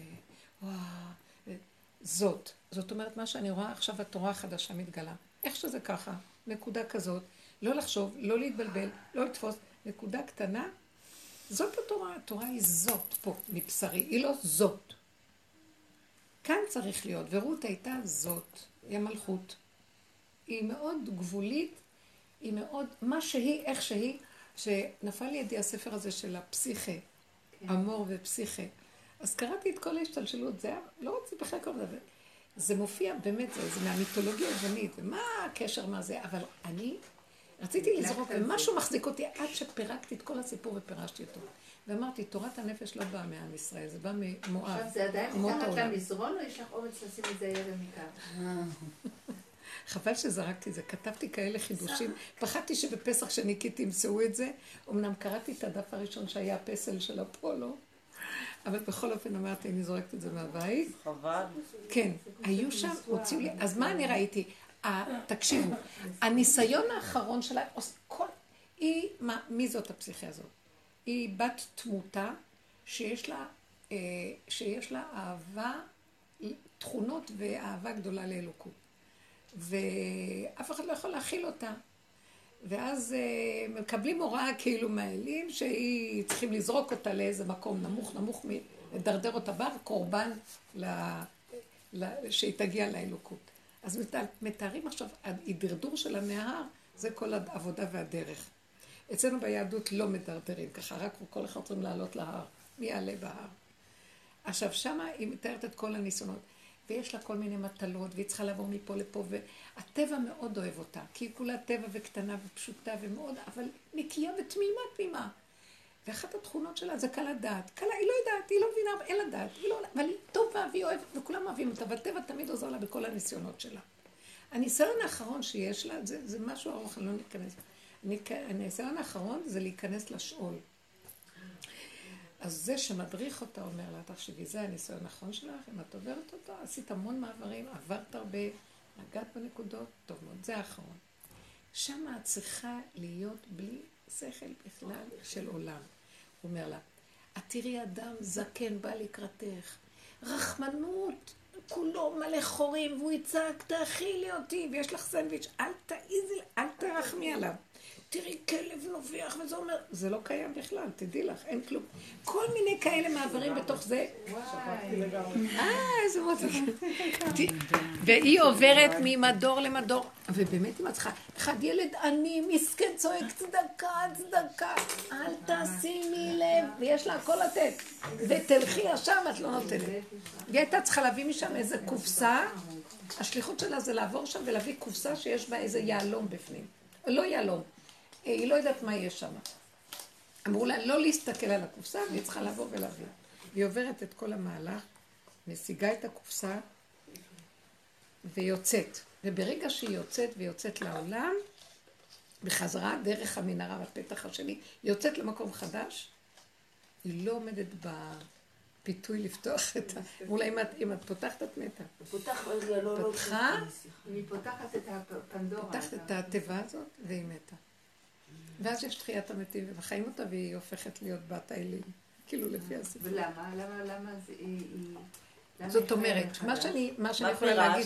זאת אומרת מה שאני רואה עכשיו התורה החדשה מתגלה. איך שזה ככה, נקודה כזאת. לא לחשוב, לא להתבלבל, לא לתפוס. נקודה קטנה. זאת התורה. התורה היא זאת פה, מבשרי. היא לא זאת. כאן צריך להיות, ורות הייתה זאת, היא המלכות. היא מאוד גבולית, היא מאוד, מה שהיא, איך שהיא, שנפל לידי הספר הזה של הפסיכה, אמור ופסיכה. אז קראתי את כל ההשתלשלות, זה היה, לא רוצה בכלל כל זה, זה מופיע, באמת, זה מהמיתולוגיה היוונית, ומה הקשר, מה זה, אבל אני רציתי לזרוק, ומשהו מחזיק אותי עד שפירקתי את כל הסיפור ופירשתי אותו. ואמרתי, תורת הנפש לא באה מעם ישראל, זה בא ממואב. עכשיו זה עדיין מתחת למזרון, או יש לך אומץ לשים את זה ירם מכאן? חבל שזרקתי את זה, כתבתי כאלה חידושים, פחדתי שבפסח שניקיתי ימצאו את זה, אמנם קראתי את הדף הראשון שהיה הפסל של אפולו, אבל בכל אופן אמרתי, אני זורקת את זה מהבית. חבל. כן, היו שם, הוציאו לי, אז מה אני ראיתי? תקשיבו, הניסיון האחרון שלה, מי זאת הפסיכיה הזאת? היא בת תמותה שיש לה אהבה, תכונות ואהבה גדולה לאלוקות. ואף אחד לא יכול להכיל אותה. ואז מקבלים הוראה כאילו מהאלים שהיא צריכים לזרוק אותה לאיזה מקום נמוך, לדרדר אותה בה, קורבן שהיא תגיע לאלוקות. אז מתארים עכשיו, הדרדור של הנהר, זה כל העבודה והדרך. אצלנו ביהדות לא מדרדרים ככה, רק כל אחד צריכים לעלות להר. מי יעלה בהר? עכשיו, שמה היא מתארת את כל הניסיונות. ויש לה כל מיני מטלות, והיא צריכה לעבור מפה לפה, והטבע מאוד אוהב אותה, כי היא כולה טבע וקטנה ופשוטה ומאוד, אבל נקייה ותמימה. ואחת התכונות שלה זה קל הדעת. קלה, היא לא יודעת, היא לא מבינה, אין לה דעת, אבל היא טובה והיא אוהבת, וכולם אוהבים אותה, והטבע תמיד עוזר לה בכל הניסיונות שלה. הניסיון האחרון שיש לה, זה משהו ארוך, אני לא ניכנס. הניסיון האחרון זה להיכנס לשאול. אז זה שמדריך אותה אומר לה, תחשבי, זה הניסיון האחרון שלך, אם את עוברת אותו, עשית המון מעברים, עברת הרבה, נגעת בנקודות, טוב מאוד, זה האחרון. שם את צריכה להיות בלי שכל בכלל של עולם. הוא אומר לה, את תראי אדם זקן בא לקראתך, רחמנות, כולו מלא חורים, והוא יצעק, תאכילי אותי, ויש לך סנדוויץ', אל תעיזי, אל תרחמי עליו. תראי כלב נובח, וזה אומר, זה לא קיים בכלל, תדעי לך, אין כלום. כל מיני כאלה מעברים בתוך זה. איזה מוצא. והיא עוברת ממדור למדור, ובאמת היא מצחה. אחד ילד עני, מסכן צועק, צדקה, אל תשימי לב, ויש לה הכל לתת. ותלכי עכשיו, את לא נותנת. והיא הייתה צריכה להביא משם איזה קופסה, השליחות שלה זה לעבור שם ולהביא קופסה שיש בה איזה יעלום בפנים. לא יעלום. היא לא יודעת מה יש שם. אמרו לה לא להסתכל על הקופסה, והיא צריכה לעבור ולהביא. והיא עוברת את כל המהלך, משיגה את הקופסה, ויוצאת. וברגע שהיא יוצאת ויוצאת לעולם, בחזרה דרך המנהרה בפתח השני, היא יוצאת למקום חדש, היא לא עומדת בפיתוי לפתוח את ה... אולי אם את פותחת את מתה. פתחה, היא פותחת את הפנדורה. פותחת את התיבה הזאת, והיא מתה. ואז יש תחיית המתים, ומחיים אותה, והיא הופכת להיות בת האלים. כאילו לפי הסיפור. ולמה? למה זה... זאת אומרת, מה שאני יכולה להגיד...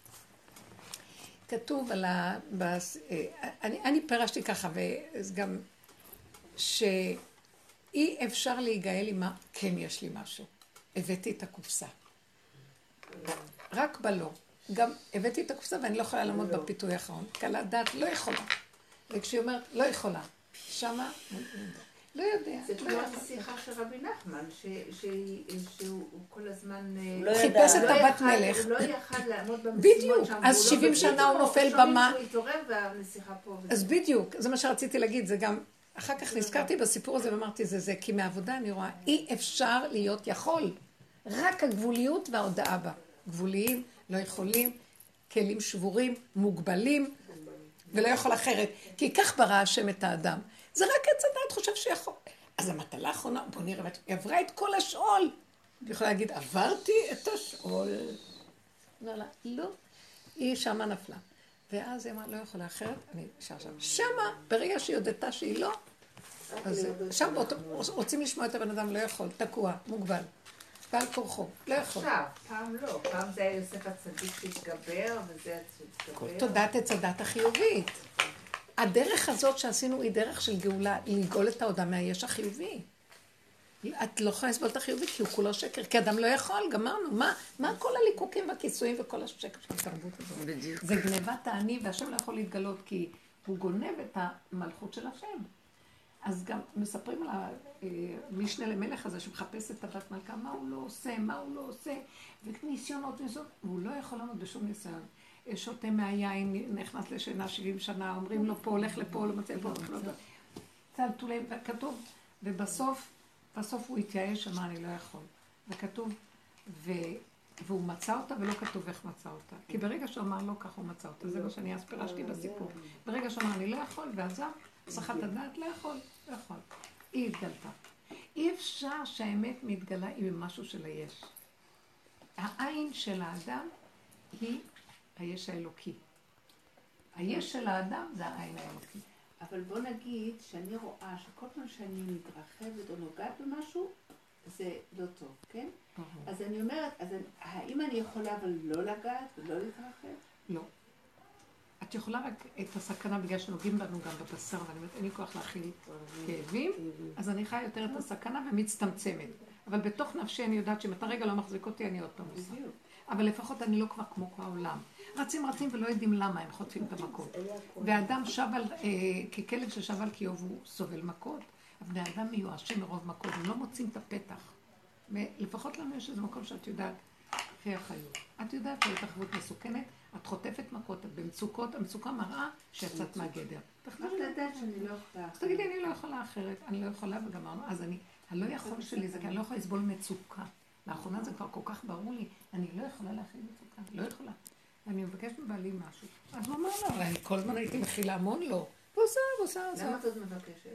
כתוב על ה... אני פירשתי ככה, וגם שאי אפשר להיגאל עם מה, כן יש לי משהו. הבאתי את הקופסה. רק בלא. גם הבאתי את הקופסה ואני לא יכולה לעמוד בפיתוי האחרון. קלה דעת לא יכולה. וכשהיא אומרת, לא יכולה. שמה, לא יודע. זה כמו השיחה של רבי נחמן, שהוא כל הזמן... הוא חיפש את הבת מלך. הוא לא יכל לעמוד במשימות בדיוק, אז 70 שנה הוא נופל במה. הוא התעורר והנשיחה פה. אז בדיוק, זה מה שרציתי להגיד, זה גם... אחר כך נזכרתי בסיפור הזה ואמרתי, זה כי מהעבודה אני רואה, אי אפשר להיות יכול. רק הגבוליות וההודעה בה. גבוליים, לא יכולים, כלים שבורים, מוגבלים, ולא יכול אחרת. כי כך ברא השם את האדם. זה רק עץ הדעת חושב שיכול. אז המטלה האחרונה, בוא נראה, היא עברה את כל השאול. היא יכולה להגיד, עברתי את השאול. אומר לה, לא. היא שמה נפלה. ואז היא אמרה, לא יכולה אחרת, אני אשאר שם. שמה, ברגע שהיא יודעתה שהיא לא, אז שם רוצים לשמוע את הבן אדם, לא יכול, תקוע, מוגבל. בעל כורחו, לא יכול. עכשיו, פעם לא. פעם זה היה יוסף הצדיק שהתגבר, וזה התגבר. תודעת את הדת החיובית. הדרך הזאת שעשינו היא דרך של גאולה, לגאול את ההודעה מהיש החיובי. את לא יכולה לסבול את החיובי כי הוא כולו שקר, כי אדם לא יכול, גמרנו. מה כל הליקוקים והכיסויים וכל השקר של התרבות הזאת? זה גנבת העני, והשם לא יכול להתגלות כי הוא גונב את המלכות של השם. אז גם מספרים על המשנה למלך הזה שמחפש את הבת מלכה, מה הוא לא עושה, וניסיונות, והוא לא יכול לעמוד בשום ניסיון. שותה מהיין, נכנס לשינה 70 שנה, אומרים לו פה, הולך לפה, לא מצא פה, צלטו להם, וכתוב, ובסוף הוא התייאש, אמר, אני לא יכול. וכתוב, והוא מצא אותה, ולא כתוב איך מצא אותה. כי ברגע שהוא אמר לא, כך הוא מצא אותה. זה מה שאני אז פירשתי בסיפור. ברגע שהוא אמר, אני לא יכול, ועזב, צריכה את הדעת, לא יכול. היא התגלתה. אי אפשר שהאמת מתגלה עם משהו של היש. העין של האדם היא היש האלוקי. היש של האדם זה העין האלוקי. אבל בוא נגיד שאני רואה שכל פעם שאני מתרחבת או נוגעת במשהו, זה לא טוב, כן? אז אני אומרת, האם אני יכולה אבל לא לגעת ולא להתרחב? לא. את יכולה רק את הסכנה בגלל שנוגעים לנו גם בבשר, ואני אומרת, אין לי כוח להכיל כאבים, אז אני חיה יותר את הסכנה ומצטמצמת. אבל בתוך נפשי אני יודעת שאם אתה רגע לא מחזיק אותי, אני עוד פעם עושה. אבל לפחות אני לא כבר כמו העולם. רצים ולא יודעים למה הם חוטפים את המכות. והאדם שב על, ככלב ששב על קיוב הוא סובל מכות, אבל האדם מיואשים מרוב מכות, הם לא מוצאים את הפתח. לפחות לנו יש איזה מקום שאת יודעת, אחרי החיות. את יודעת שההתרחבות מסוכנת, את חוטפת מכות, את במצוקות, המצוקה מראה שיצאת מהגדר. רק לדעת שאני לא יכולה. תגידי, אני לא יכולה אחרת, אני לא יכולה וגמרנו. אז הלא יכול שלי זה כי אני לא יכולה לסבול מצוקה. לאחרונה זה כבר כל כך ברור לי, אני לא יכולה להכיל מצוקה, לא יכולה. אני מבקשת מבעלי משהו. אז הוא אמר לו, אני כל הזמן הייתי מכילה המון לא. ועושה. למה את עוד מבקשת?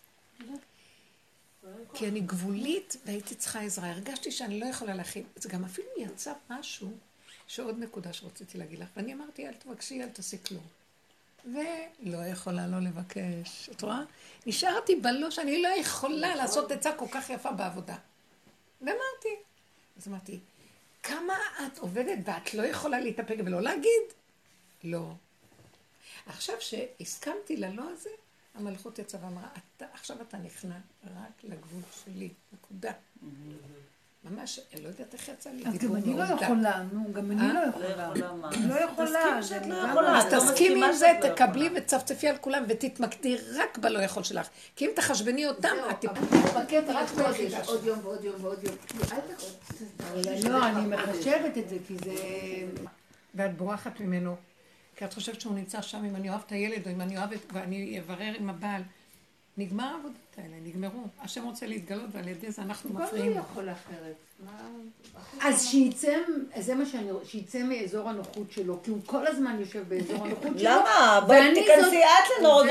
כי אני גבולית והייתי צריכה עזרה. הרגשתי שאני לא יכולה להכיל. זה גם אפילו יצא משהו, שעוד נקודה שרציתי להגיד לך. ואני אמרתי, אל תבקשי, אל תעשי כלום. ולא יכולה לא לבקש. את רואה? נשארתי בלא שאני לא יכולה לעשות עצה כל כך יפה בעבודה. ואמרתי. אז אמרתי, כמה את עובדת ואת לא יכולה להתאפק ולא להגיד? לא. עכשיו שהסכמתי ללא הזה, המלכות יצאה ואמרה, עכשיו אתה נכנע רק לגבול שלי, נקודה. ממש, לא יודעת איך יצא לי. אז גם אני לא יכולה, גם אני לא יכולה. לא יכולה. תסכים שאת לא יכולה. אז תסכימי עם זה, תקבלי וצפצפי על כולם ותתמקדי רק בלא יכול שלך. כי אם תחשבני אותם, את תתמקד רק ביחידה. עוד יום ועוד יום ועוד יום. לא, אני מחשבת את זה, כי זה... ואת בורחת ממנו. כי את חושבת שהוא נמצא שם, אם אני אוהב את הילד, או אם אני אוהבת, ואני אברר עם הבעל. נגמר העבודות האלה, נגמרו. השם רוצה להתגלות, ועל ידי זה אנחנו מפריעים. הוא יכול אחרת. אז שיצא מאזור הנוחות שלו, כי הוא כל הזמן יושב באזור הנוחות שלו. למה? בואי תיכנסי את לנורות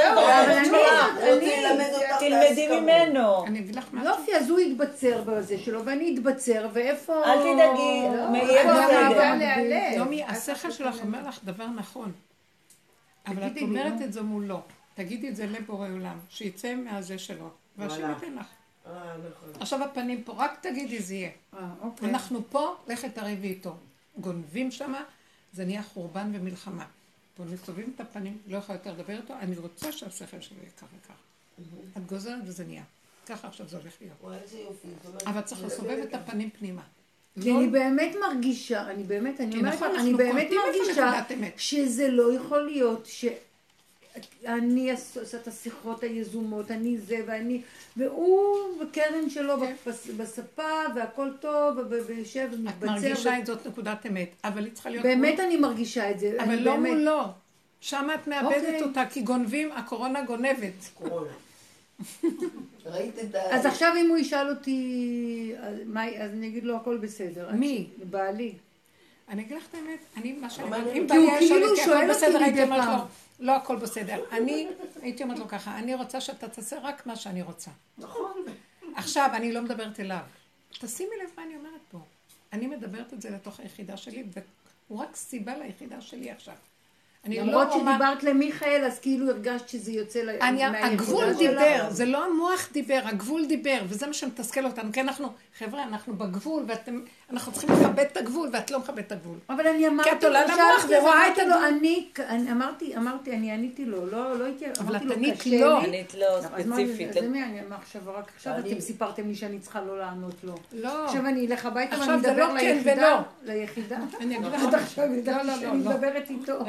תלמדי ממנו. אני אגיד לך משהו. יופי, אז הוא יתבצר בזה שלו, ואני אתבצר, ואיפה... אל תדאגי, יהיה בסדר. נעמי, השכל שלך אומר לך דבר נכון. אבל את אומרת את זה מולו. תגידי את זה לבורא עולם, שיצא מהזה שלו, והשם ייתן לך. עכשיו הפנים פה, רק תגידי זה יהיה. אנחנו פה, לכת תריבי איתו. גונבים שמה, זה נהיה חורבן ומלחמה. פה מסתובבים את הפנים, לא יכולה יותר לדבר איתו, אני רוצה שהשכל שלו יהיה כך וכך. את גוזרת וזה נהיה. ככה עכשיו זה הולך להיות. אבל צריך לסובב את הפנים פנימה. אני באמת מרגישה, אני באמת מרגישה שזה לא יכול להיות אני עושה את השיחות היזומות, אני זה ואני, והוא בקרן שלו בספה והכל טוב, ויושב ומתבצר. את מרגישה את זאת נקודת אמת, אבל היא צריכה להיות... באמת אני מרגישה את זה. אבל לא מולו. שם את מאבדת אותה, כי גונבים, הקורונה גונבת. קורונה. ראית את אז עכשיו אם הוא ישאל אותי, אז אני אגיד לו הכל בסדר. מי? בעלי. אני אגיד לך את האמת, אני מה שאני... אם בעלי ישאל אותי הכל בסדר, הייתי אומרת לו, לא הכל בסדר. אני הייתי אומרת לו ככה, אני רוצה שאתה תעשה רק מה שאני רוצה. נכון. עכשיו, אני לא מדברת אליו. תשימי לב מה אני אומרת פה. אני מדברת את זה לתוך היחידה שלי, והוא רק סיבה ליחידה שלי עכשיו. למרות שדיברת למיכאל, אז כאילו הרגשת שזה יוצא מהיחידה הגבול דיבר, זה לא המוח דיבר, הגבול דיבר, וזה מה שמתסכל אותנו, כי חבר'ה, אנחנו בגבול, ואנחנו צריכים לכבד את הגבול, ואת לא מכבד את הגבול. אבל אני אמרתי, כי את עולה למוח ורואה את הגבול. אני עניתי לו, לא הייתי, אבל את ענית לא. ענית לא, ספציפית. אז אני עכשיו, רק עכשיו אתם סיפרתם לי שאני צריכה לא לענות לו. לא. עכשיו אני אלך הביתה ואני מדבר ליחידה. אני אגיד לך, אני מדברת איתו. רגע,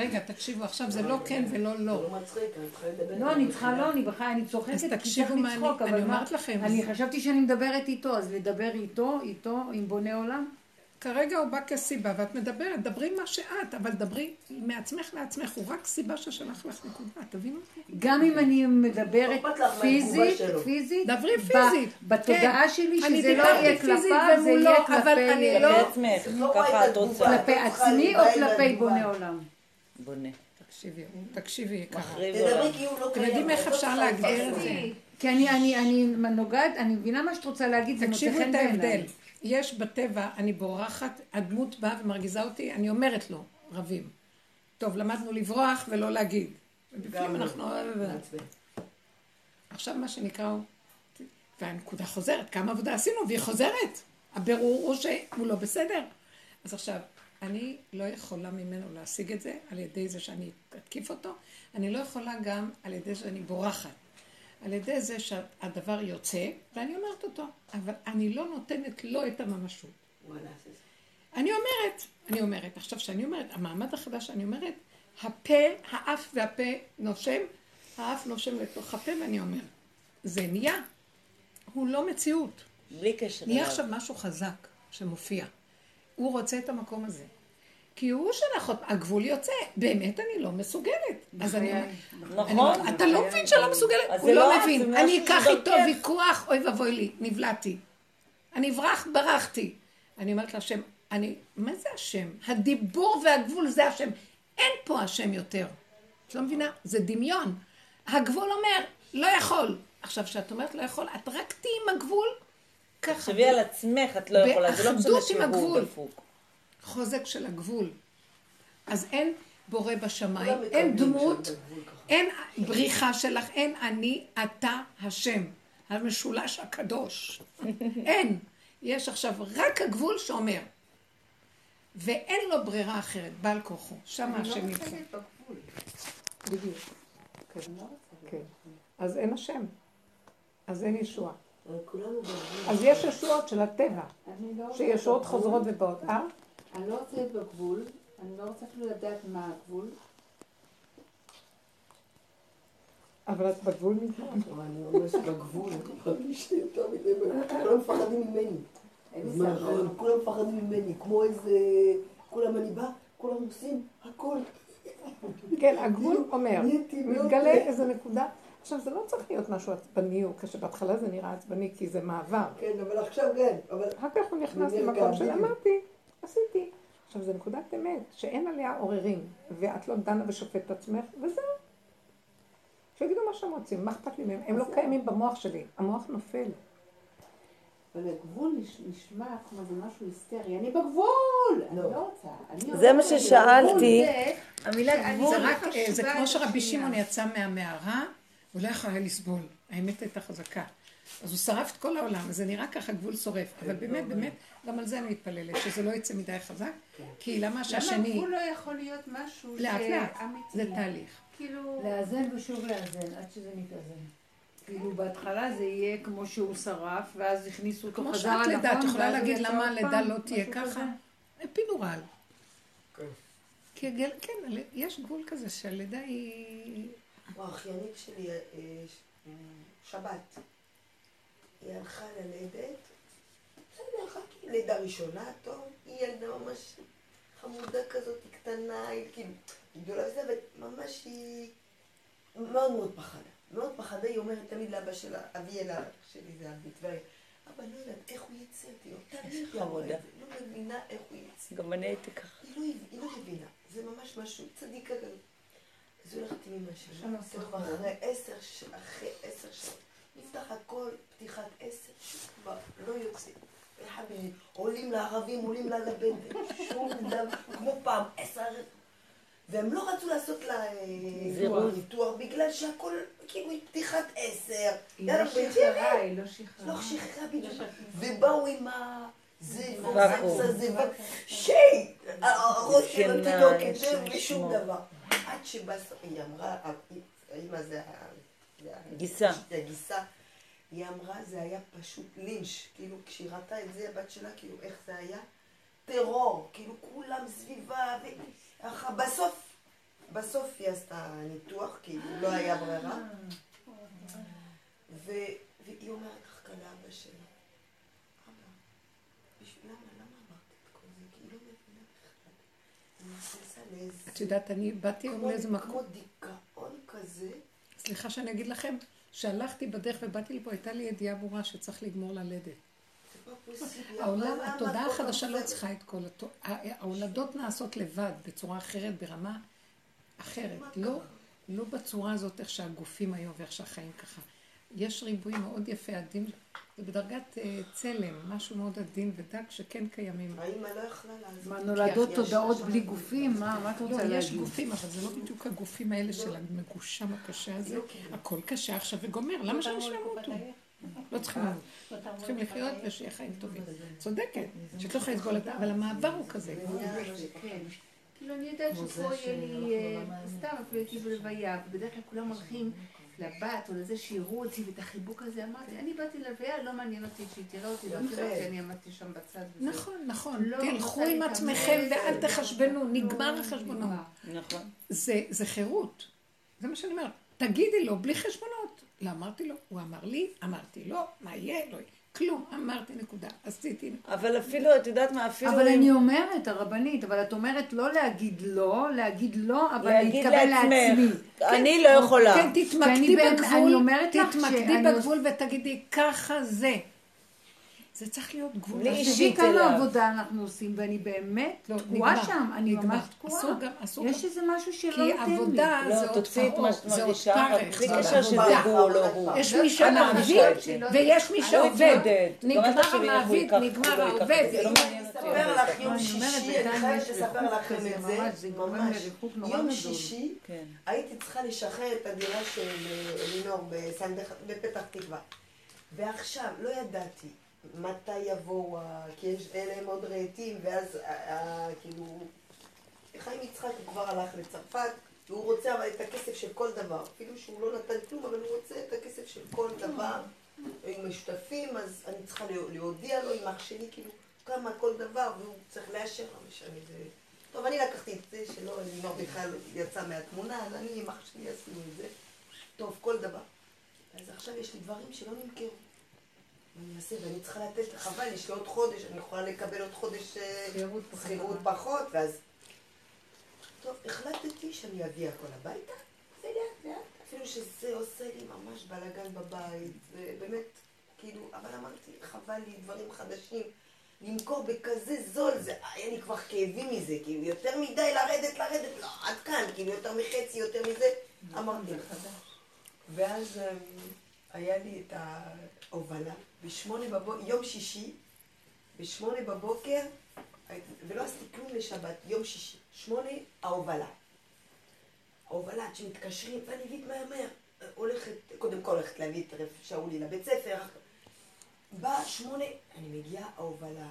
תקשיבו, עכשיו זה לא כן ולא לא. זה לא מצחיק, אני צריכה לדבר. לא, אני צריכה לא, אני בכלל, אני צוחקת, אז כי צריך תקשיבו מה לצחוק, אני אבל אומרת לכם. אני חשבתי שאני מדברת איתו, אז לדבר איתו, עם בונה עולם? כרגע הוא בא כסיבה, ואת מדברת, דברי מה שאת, אבל דברי מעצמך לעצמך, הוא רק סיבה ששלח לך נקודה, תבינו? גם אם אני מדברת פיזית, דברי פיזית. בתודעה שלי שזה לא יהיה כלפיו, זה יהיה כלפי עצמך, ככה את רוצה. כלפי עצמי או כלפי בונה עולם? בונה. תקשיבי יקרה. תדברי כאילו לא אתם יודעים איך אפשר להגדיר את זה? כי אני נוגעת, אני מבינה מה שאת רוצה להגיד, זה מוצא תקשיבו חן את ההבדל. בעיניי. יש בטבע, אני בורחת, הדמות באה ומרגיזה אותי, אני אומרת לו, רבים. טוב, למדנו לברוח ולא להגיד. ובפנים אנחנו... עכשיו מה שנקרא הוא... והנקודה חוזרת, כמה עבודה עשינו, והיא חוזרת. הבירור הוא שהוא לא בסדר. אז עכשיו, אני לא יכולה ממנו להשיג את זה, על ידי זה שאני אתקיף אותו. אני לא יכולה גם על ידי שאני בורחת. על ידי זה שהדבר יוצא, ואני אומרת אותו, אבל אני לא נותנת לו את הממשות. אני אומרת, עכשיו שאני אומרת, המעמד החדש שאני אומרת, הפה, האף והפה נושם, האף נושם לתוך הפה ואני אומרת, זה נהיה, הוא לא מציאות. בלי קשר. נהיה עכשיו משהו חזק שמופיע. הוא רוצה את המקום הזה. כי הוא שלח אותי, הגבול יוצא, באמת אני לא מסוגלת. אז אני אומרת, נכון. אתה לא מבין שלא מסוגלת? הוא לא מבין. אני אקח איתו ויכוח, אוי ובוי לי, נבלעתי. אני אברח, ברחתי. אני אומרת להשם, מה זה השם? הדיבור והגבול זה השם. אין פה השם יותר. את לא מבינה? זה דמיון. הגבול אומר, לא יכול. עכשיו, כשאת אומרת לא יכול, את רק תהי עם הגבול, ככה. תחשבי על עצמך, את לא יכולה. זה לא משנה שהוא דפוק. חוזק של הגבול. אז אין בורא בשמיים, אין דמות, אין בריחה שלך, אין אני, אתה, השם, המשולש הקדוש. אין. יש עכשיו רק הגבול שאומר. ואין לו ברירה אחרת, בעל כוחו. שם השם נמצא. אני לא רוצה בגבול. בדיוק. כן. אז אין השם. אז אין ישוע. אז יש ישועות של הטבע. שישועות חוזרות ובאות. אני לא רוצה להיות בגבול, אני לא רוצה אפילו לדעת מה הגבול. אבל את בגבול מזמן. אני ממש בגבול, כולם מפחדים ממני. כולם מפחדים ממני, כמו איזה... כולם אני בא, כולם עושים הכל. כן, הגבול אומר, מתגלה איזו נקודה. עכשיו, זה לא צריך להיות משהו עצבני, או כשבהתחלה זה נראה עצבני, כי זה מעבר. כן, אבל עכשיו כן. אחר כך הוא נכנס למקום של אמרתי, עשיתי. עכשיו, זה נקודת אמת, שאין עליה עוררים, ואת לא דנה ושופט את עצמך, וזהו. שיגידו מה שהם רוצים, מה אכפת לי מהם? הם לא קיימים במוח שלי, המוח נופל. אבל הגבול נשמע כמו זה משהו היסטרי. אני בגבול! אני לא רוצה. זה מה ששאלתי. המילה גבול זה כמו שרבי שמעון יצא מהמערה, הוא לא יכול היה לסבול. האמת הייתה חזקה. אז הוא שרף את כל העולם, אז זה נראה ככה גבול שורף. אבל באמת, גם על זה אני מתפללת, שזה לא יצא מדי חזק. כי למה שהשני... למה הגבול לא יכול להיות משהו לאט, זה תהליך. לאזן ושוב לאזן, עד שזה מתאזן. כאילו בהתחלה זה יהיה כמו שהוא שרף, ואז הכניסו אותו חזרה נכון. כמו שאת לידה, את יכולה להגיד למה הלידה לא תהיה ככה? אפינורל. כי כן, יש גבול כזה שהלידה היא... האחיינית שלי, שבת, היא הלכה ללדת, בסדר, הלכה לידה ראשונה, טוב, היא ילדה ממש חמודה כזאת, היא קטנה, היא כאילו, היא גדולה וזה, וממש היא מאוד מאוד פחדה. מאוד פחדה, היא אומרת תמיד לאבא שלה, אבי אלה שלי זה אבי טבריה, אבא לא יודעת איך הוא יצא אותי, לא מבינה איך הוא יצא. גם אני הייתי ככה. היא לא מבינה, זה ממש משהו, צדיקה כזאת. אז הוא הולכת עם אמא שלה, אחרי 10 שעות, נפתח הכל, פתיחת 10 שכבר לא יוצא. וחביבי, עולים לערבים, עולים לה לבטן, שום דבר, כמו פעם, 10... והם לא רצו לעשות לה ניתוח, בגלל שהכל, כאילו, היא פתיחת 10. היא לא שחררה, היא לא שחררה. לא שחררה בדיוק. ובאו עם ה... זה שי! הראש של התינוקת, ושום דבר. עד שבסוף, היא אמרה, האמא זה גיסה. היא אמרה, זה היה פשוט לינץ', כאילו כשהיא ראתה את זה, הבת שלה, כאילו איך זה היה? טרור, כאילו כולם סביבה, בסוף בסוף היא עשתה ניתוח, כי לא היה ברירה. והיא אומרת לך לאבא שלה, אבא, למה אמרת את כל זה? כי היא לא מבינה בכלל. היא נכנסה לאיזה... את יודעת, אני באתי היום לאיזה מקום. כמו דיכאון כזה. סליחה שאני אגיד לכם, שהלכתי בדרך ובאתי לפה, הייתה לי ידיעה ברורה שצריך לגמור ללדת. העולם, התודעה החדשה לא צריכה את כל ההולדות נעשות לבד, בצורה אחרת, ברמה אחרת. לא בצורה הזאת איך שהגופים היום ואיך שהחיים ככה. יש ריבוי מאוד יפה, עדין, זה בדרגת צלם, משהו מאוד עדין ודק שכן קיימים. האמא לא יכלה לעזור. מה, נולדות תודעות בלי גופים? מה את רוצה להגיד? יש גופים, אבל זה לא בדיוק הגופים האלה של המגושם הקשה הזה. הכל קשה עכשיו וגומר. למה שאנשים ימותו? לא צריכים למות. צריכים לחיות ושיהיה חיים טובים. צודקת, שאת לא יכולה לסבול את זה, אבל המעבר הוא כזה. כאילו אני יודעת שפה יהיה לי, סתם אפילו הייתי בלוויה, ובדרך כלל כולם הולכים לבת או לזה שיראו אותי ואת החיבוק הזה, אמרתי, אני באתי ללוויה, לא מעניין אותי שהיא תראה אותי, לא תראה אותי, אני עמדתי שם בצד. נכון, נכון, תלכו עם עצמכם ואל תחשבנו, נגמר החשבונות. נכון. זה חירות, זה מה שאני אומרת, תגידי לו, בלי חשבונות. לא אמרתי לו, הוא אמר לי, אמרתי לו, מה יהיה, לא יהיה. כלום, אמרתי נקודה, עשיתי נקודה. אבל אפילו, את יודעת מה, אפילו... אבל אני אומרת, הרבנית, אבל את אומרת לא להגיד לא, להגיד לא, אבל להגיד להתכוון לעצמי. אני לא יכולה. כן, תתמקדי אני בגבול ותגידי, ככה זה. זה צריך להיות גבול. לי תראי אישית כמה אליו. עבודה אנחנו עושים, ואני באמת תקועה שם, אני ממש תקועה. יש איזה משהו שלא כי נותן לי. עבודה לא, זה עוד תוציאי את מה פרעות, שאת זה עוד מרגישה, פרק, בלי זה קשר שזה עבודה. הוא או לא הוא. יש מי שמעביד ויש מי שעובד. לא נגמר תחשבי איך הוא המעביד, ייקח, נגמר הוא לא ייקח העובד. את זה, לא מעניין אותי. אספר לך יום אני אומרת, שישי, אני בינתיים חייבת יש לספר ריחוק לכם כזה, את ממש, זה, זה גורם ממש. לריחוק נורא יום גדול. שישי כן. הייתי צריכה לשחרר את הדירה של אלינור בפתח תקווה. ועכשיו לא ידעתי מתי יבואו, כי אלה הם עוד רהיטים, ואז כאילו, חיים יצחק הוא כבר הלך לצרפת, והוא רוצה אבל את הכסף של כל דבר, אפילו שהוא לא נתן כלום, אבל הוא רוצה את הכסף של כל דבר, הם משותפים, אז אני צריכה להודיע לו עם אח שלי, כאילו, כמה כל דבר, והוא צריך לאשר, לא משנה, זה... טוב, אני לקחתי את זה, שלא, אלינור בכלל יצא מהתמונה, אז אני עם אח שלי עשינו את זה, טוב, כל דבר. אז עכשיו יש לי דברים שלא נמכרו. אני מנסה, ואני צריכה לתת, חבל, יש לי עוד חודש, אני יכולה לקבל עוד חודש שכירות פחות, ואז... טוב, החלטתי שאני אביא הכל הביתה, זה לאט, אפילו שזה עושה לי ממש בלגן בבית, ובאמת, כאילו, אבל אמרתי, חבל לי דברים חדשים, למכור בכזה זול, זה, היה לי כבר כאבים מזה, כאילו, יותר מדי לרדת, לא, עד כאן, כאילו, יותר מחצי, יותר מזה, אמרתי לך. ואז היה לי את ההובלה, יום שישי, ב8 בבוקר, ולא עשיתי כלום לשבת, יום שישי, 8 ההובלה, עד שמתקשרים, ואני אביא מהר, קודם כל הולכת להביא את רב שאולי לבית ספר, ב8, אני מגיעה ההובלה,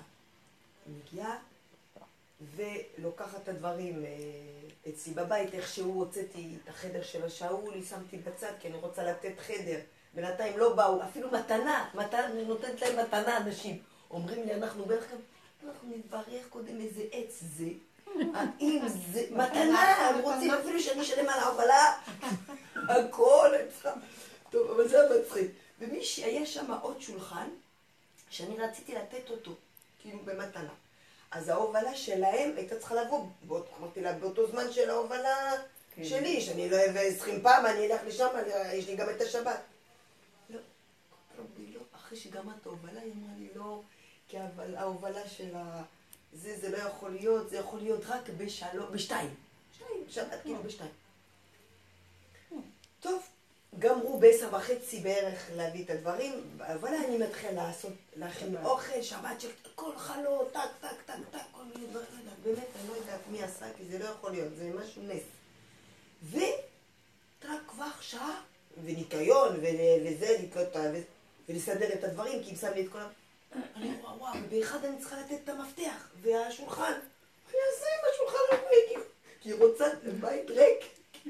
ולוקחת את הדברים אצלי בבית, איכשהו הוצאתי את החדר של השאולי, שמתי בצד, כי אני רוצה לתת חדר, בינתיים לא באו, אפילו מתנה, נותנת להם מתנה אנשים, אומרים לי, אנחנו נתברך קודם איזה עץ זה, האם זה, מתנה, הם רוצים אפילו שאני אשלם על ההובלה, הכל, טוב, אבל זה המצחיק. ומישהי, היה שם עוד שולחן, שאני רציתי לתת אותו, כאילו במתנה. אז ההובלה שלהם הייתה צריכה לבוא, אמרתי לה, באותו זמן של ההובלה שלי, שאני לא אוהב 20 פעם, אני אלך לשם, יש לי גם את השבת. לא, אחרי שגמרת ההובלה, היא אמרה לי, לא, כי ההובלה של זה לא יכול להיות, זה יכול להיות רק בשתיים, שבת כאילו בשתיים. טוב, גמרו ב10:30 בערך להביא את הדברים, אבל אני מתחילה להכין אוכל, שבת של כל חלות, טק, כל מיני דברים, באמת אני לא יודעת מי עשה, כי זה לא יכול להיות, זה משהו נס. ורק כבר שעה, וניקיון, וזה, לקלוט, ולסדר את הדברים, כי אם שם לי את כל אני רואה, וואו, באחד אני צריכה לתת את המפתח, והשולחן, אני אעשה עם השולחן הרבה, כי היא רוצה בית ריק.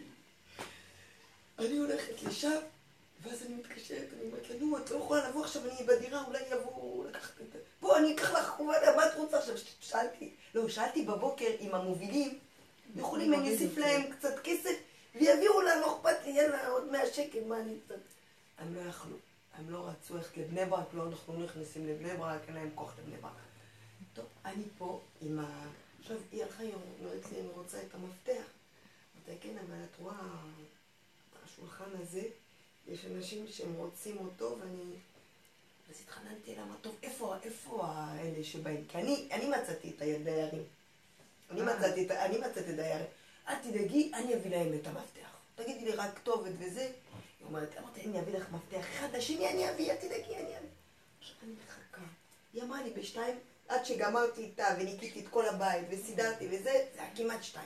אני הולכת לשם, ואז אני מתקשרת, אני אומרת לה, נו, את לא יכולה לבוא עכשיו, אני בדירה, אולי יבואו לקחת את זה. בוא, אני אקח לך חובה, מה את רוצה עכשיו? שאלתי בבוקר עם המובילים, יכולים, אני אוסיף להם קצת כסף, ויביאו לה, לא אכפת לי, יאללה, עוד 100 שקל, מה אני צריך? הם לא יכלו, הם לא רצו ללכת לבני ברק, לא, אנחנו לא נכנסים לבני ברק, אין להם כוח לבני ברק. טוב, אני פה עם ה... עכשיו, היא הלכה, היא אומרת לי, אני רוצה את המפתח. אמרתי, כן, אבל את רואה, השולחן הזה, יש אנשים שהם רוצים אותו, ואני... אז התחננתי לה, מה טוב, איפה האלה שבאים? כי אני מצאתי את הדיירים. אני מצאתי את הדיירים. אל תדאגי, אני אביא להם את המפתח. תגידי לי רק כתובת וזה. היא אומרת, אמרתי, אני אביא לך מפתח אחד, השני אני אביא, אל תדאגי, אני אביא. עכשיו אני מחכה. היא אמרה לי בשתיים, עד שגמרתי איתה וניקיתי את כל הבית וסידרתי וזה, זה היה כמעט 2.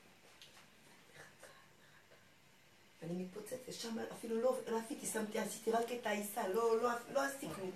ואני מתפוצצת, שם אפילו לא עשיתי, עשיתי רק את העיסה, לא עשיתי כלום.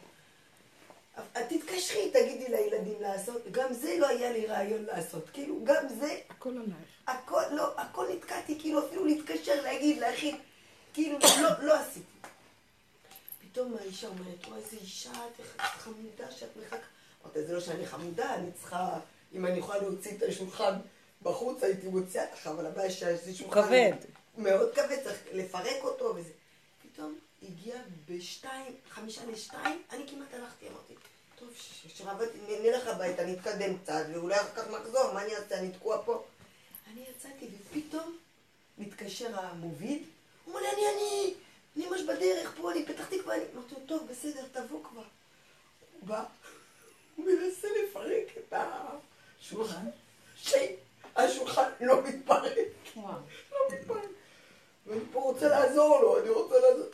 תתקשרי, תגידי לילדים לעשות, גם זה לא היה לי רעיון לעשות, כאילו, גם זה... הכל עלייך. הכל נתקעתי, כאילו, אפילו להתקשר, להגיד, להכין, כאילו, לא עשיתי. פתאום האישה אומרת, וואי, איזה אישה, את חמודה שאת מחכה. אמרתי, זה לא שאני חמודה, אני צריכה, אם אני יכולה להוציא את השולחן בחוץ, הייתי מוציאה לך, אבל הבעיה שזה שולחן... כבד. מאוד כבד, צריך לפרק אותו וזה. פתאום הגיע ב5:55, אני כמעט הלכתי, אמרתי, טוב, שרבתי, נלך הביתה, נתקדם קצת, ואולי אחר כך נחזור, מה אני אעשה, אני תקוע פה. אני יצאתי, ופתאום מתקשר המוביל, הוא אומר לי, אני ממש בדרך פה, אני פתחתי כבר, אמרתי, טוב, בסדר, תבוא כבר. הוא בא, הוא מנסה לפרק את השולחן, שהשולחן לא מתפרק. לא מתפרק. ואני פה רוצה לעזור לו, אני רוצה לעזור.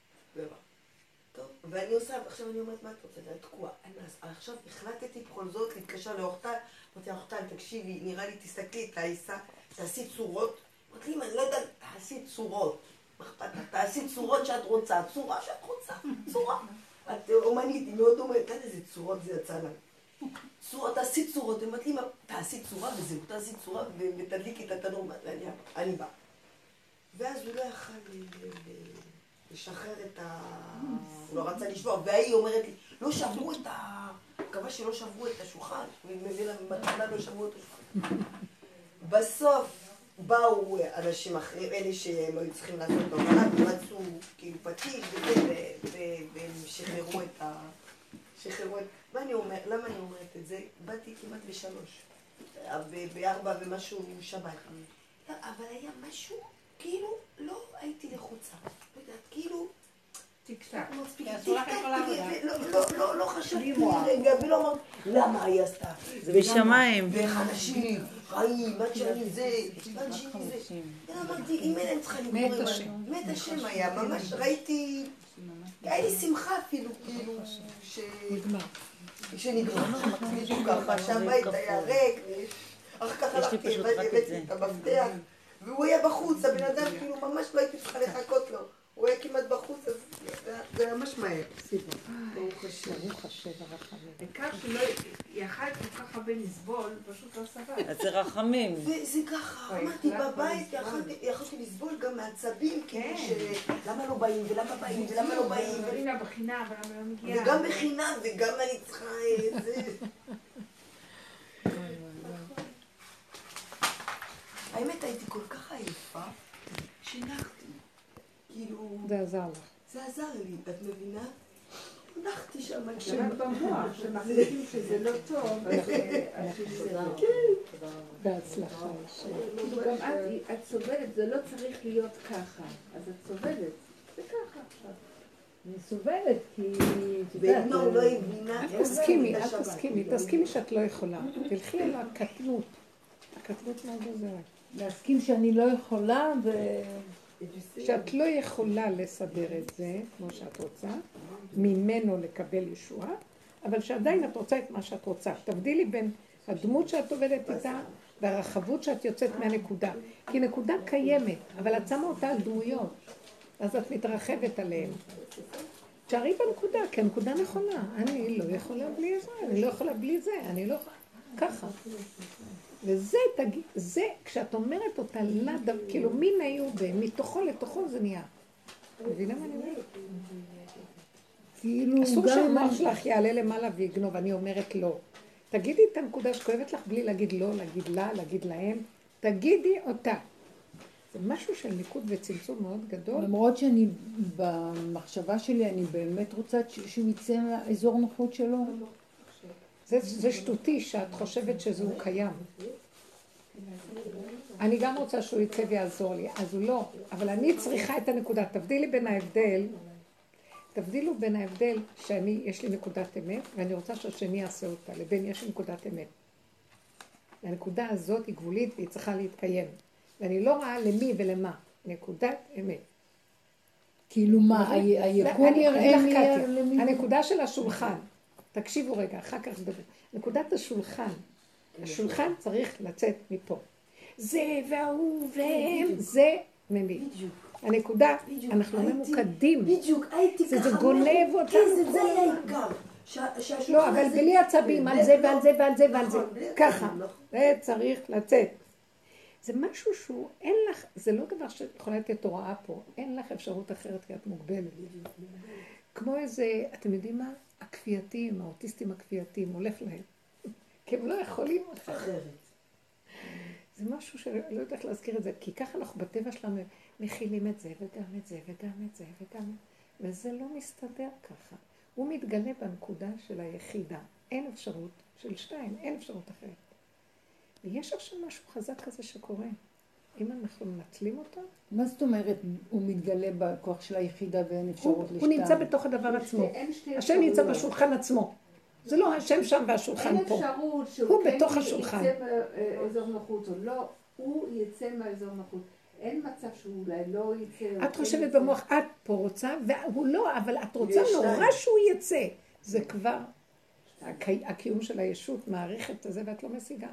טוב, ואני עושה, עכשיו אני אומרת, מה את רוצה? אני תקועה. עכשיו החלטתי בכל זאת להתקשר לאורטל. אמרתי, אורטל, תקשיבי, נראה לי, תסתכלי את העיסה, תעשי צורות. אמרתי לי, אני לא יודעת, תעשי צורות. מה אכפת לך? תעשי צורות שאת רוצה, צורה שאת רוצה, צורה. את אומנית, היא מאוד אומרת, כאן איזה צורות זה יצא לה. צורות, תעשי צורות. אמרתי לי, תעשי צורה וזהו, תעשי צורה ותדליקי את התנור, אני באה. ואז הוא לא יכל לשחרר את ה... הוא לא רצה לשבור, והיא אומרת לי, לא שברו את ה... מקווה שלא שברו את השולחן, ומביא להם מתנה, לא שברו את השולחן. בסוף באו אנשים אחרים, אלה שהם היו צריכים לעשות את ההובלה, ומצאו כאילו פטיש והם שחררו את ה... מה אני אומרת? למה אני אומרת את זה? באתי כמעט ב3, ב4 ומשהו שבת. אבל היה משהו, כאילו, לא הייתי לחוצה. לא יודעת, כאילו... תקתק. לא חשבתי רגע, ולא אמרת, למה היא עשתה? זה בשמיים. ואיך אנשים רעים, עד שאני זה, עד שאני זה. אמרתי, אם אין צריכה לגמור עם זה. מת השם היה, ממש ראיתי... היה לי שמחה אפילו, כאילו, שנגמר. בדיוק ככה, שהבית היה ריק, אחר כך הלכתי, הבאתי את המפתח, והוא היה בחוץ, הבן אדם כאילו ממש לא הייתי צריכה לחכות לו. הוא היה כמעט בחוץ, אז זה ממש מהר. ברוך השם. ברוך השם הרחמים. העיקר שלא יכל כל כך הרבה לסבול, פשוט לא סבל. אז זה רחמים. וזה ככה, אמרתי בבית, יכולתי לסבול גם מעצבים, כאילו למה לא באים, ולמה באים, ולמה לא באים. ולמה בחינם, ולמה לא מגיעה. וגם בחינם, וגם אני צריכה זה. האמת הייתי כל כך עייפה, שנחתי. כאילו... זה עזר לך. זה עזר לי, את מבינה? נחתי שם. זה רק במוח, שמחליטים שזה לא טוב, כן. בהצלחה. כאילו גם את סובלת, זה לא צריך להיות ככה. אז את סובלת. זה ככה עכשיו. אני סובלת כי... ואינו לא הבינה. אל תסכימי שאת לא יכולה. תלכי על הקטנות. הקטנות מאוד עוזרת. להסכים שאני לא יכולה שאת לא יכולה לסדר את זה כמו שאת רוצה, ממנו לקבל ישועה, אבל שעדיין את רוצה את מה שאת רוצה. תבדילי בין הדמות שאת עובדת איתה והרחבות שאת יוצאת מהנקודה. כי נקודה קיימת, אבל את שמה אותה על דמויות, אז את מתרחבת עליהן. תשארי בנקודה, כי הנקודה נכונה. אני לא יכולה בלי זה, אני לא יכולה בלי זה, אני לא יכולה... ככה. וזה, זה, כשאת אומרת אותה לדה, כאילו מין היו מתוכו לתוכו זה נהיה. מבינה מה אני אומרת? כאילו אסור שהמוח שלך יעלה למעלה ויגנוב, אני אומרת לא. תגידי את הנקודה שכואבת לך בלי להגיד לא, להגיד לה, להגיד להם. תגידי אותה. זה משהו של ניקוד וצמצום מאוד גדול. למרות שאני, במחשבה שלי, אני באמת רוצה שהוא יצא מהאזור נוחות שלו. זה שטותי שאת חושבת שהוא קיים. אני גם רוצה שהוא יצא ויעזור לי, אז הוא לא. אבל אני צריכה את הנקודה. תבדילו בין ההבדל שאני, יש לי נקודת אמת, ואני רוצה שהשני יעשה אותה, לבין יש לי נקודת אמת. הנקודה הזאת היא גבולית והיא צריכה להתקיים. ואני לא רואה למי ולמה. נקודת אמת. כאילו מה, היקום יראה למי? הנקודה של השולחן. תקשיבו רגע, אחר כך נדבר. נקודת השולחן. השולחן צריך לצאת מפה. זה והוא והם, זה ממי. הנקודה, אנחנו ממוקדים. בדיוק, הייתי ככה. זה גונב אותנו. זה היה העיקר. לא, אבל בלי עצבים, על זה ועל זה ועל זה ועל זה. ככה. זה צריך לצאת. זה משהו שהוא, אין לך, זה לא דבר שיכולה לתת הוראה פה. אין לך אפשרות אחרת כי את מוגבלת. כמו איזה, אתם יודעים מה? הכפייתיים, האוטיסטים הכפייתיים, הולך להם. כי הם לא יכולים אחרת. זה משהו שאני לא יודעת להזכיר את זה, כי ככה אנחנו בטבע שלנו מכילים את זה וגם את זה וגם את זה וגם... וזה לא מסתדר ככה. הוא מתגלה בנקודה של היחידה. אין אפשרות של שתיים, אין אפשרות אחרת. ויש עכשיו משהו חזק כזה שקורה. אם אנחנו מנצלים אותו... מה זאת אומרת, הוא מתגלה בכוח של היחידה ואין אפשרות לשתיים? הוא נמצא בתוך הדבר עצמו. השם נמצא בשולחן עצמו. זה לא השם שם והשולחן פה. אין אפשרות שהוא כן יצא מאזור נוחות או לא, הוא יצא מהאזור נוחות. אין מצב שהוא אולי לא יצא. את חושבת במוח, את פה רוצה, והוא לא, אבל את רוצה נורא שהוא יצא. זה כבר הקיום של הישות, מערכת הזה, ואת לא משיגה.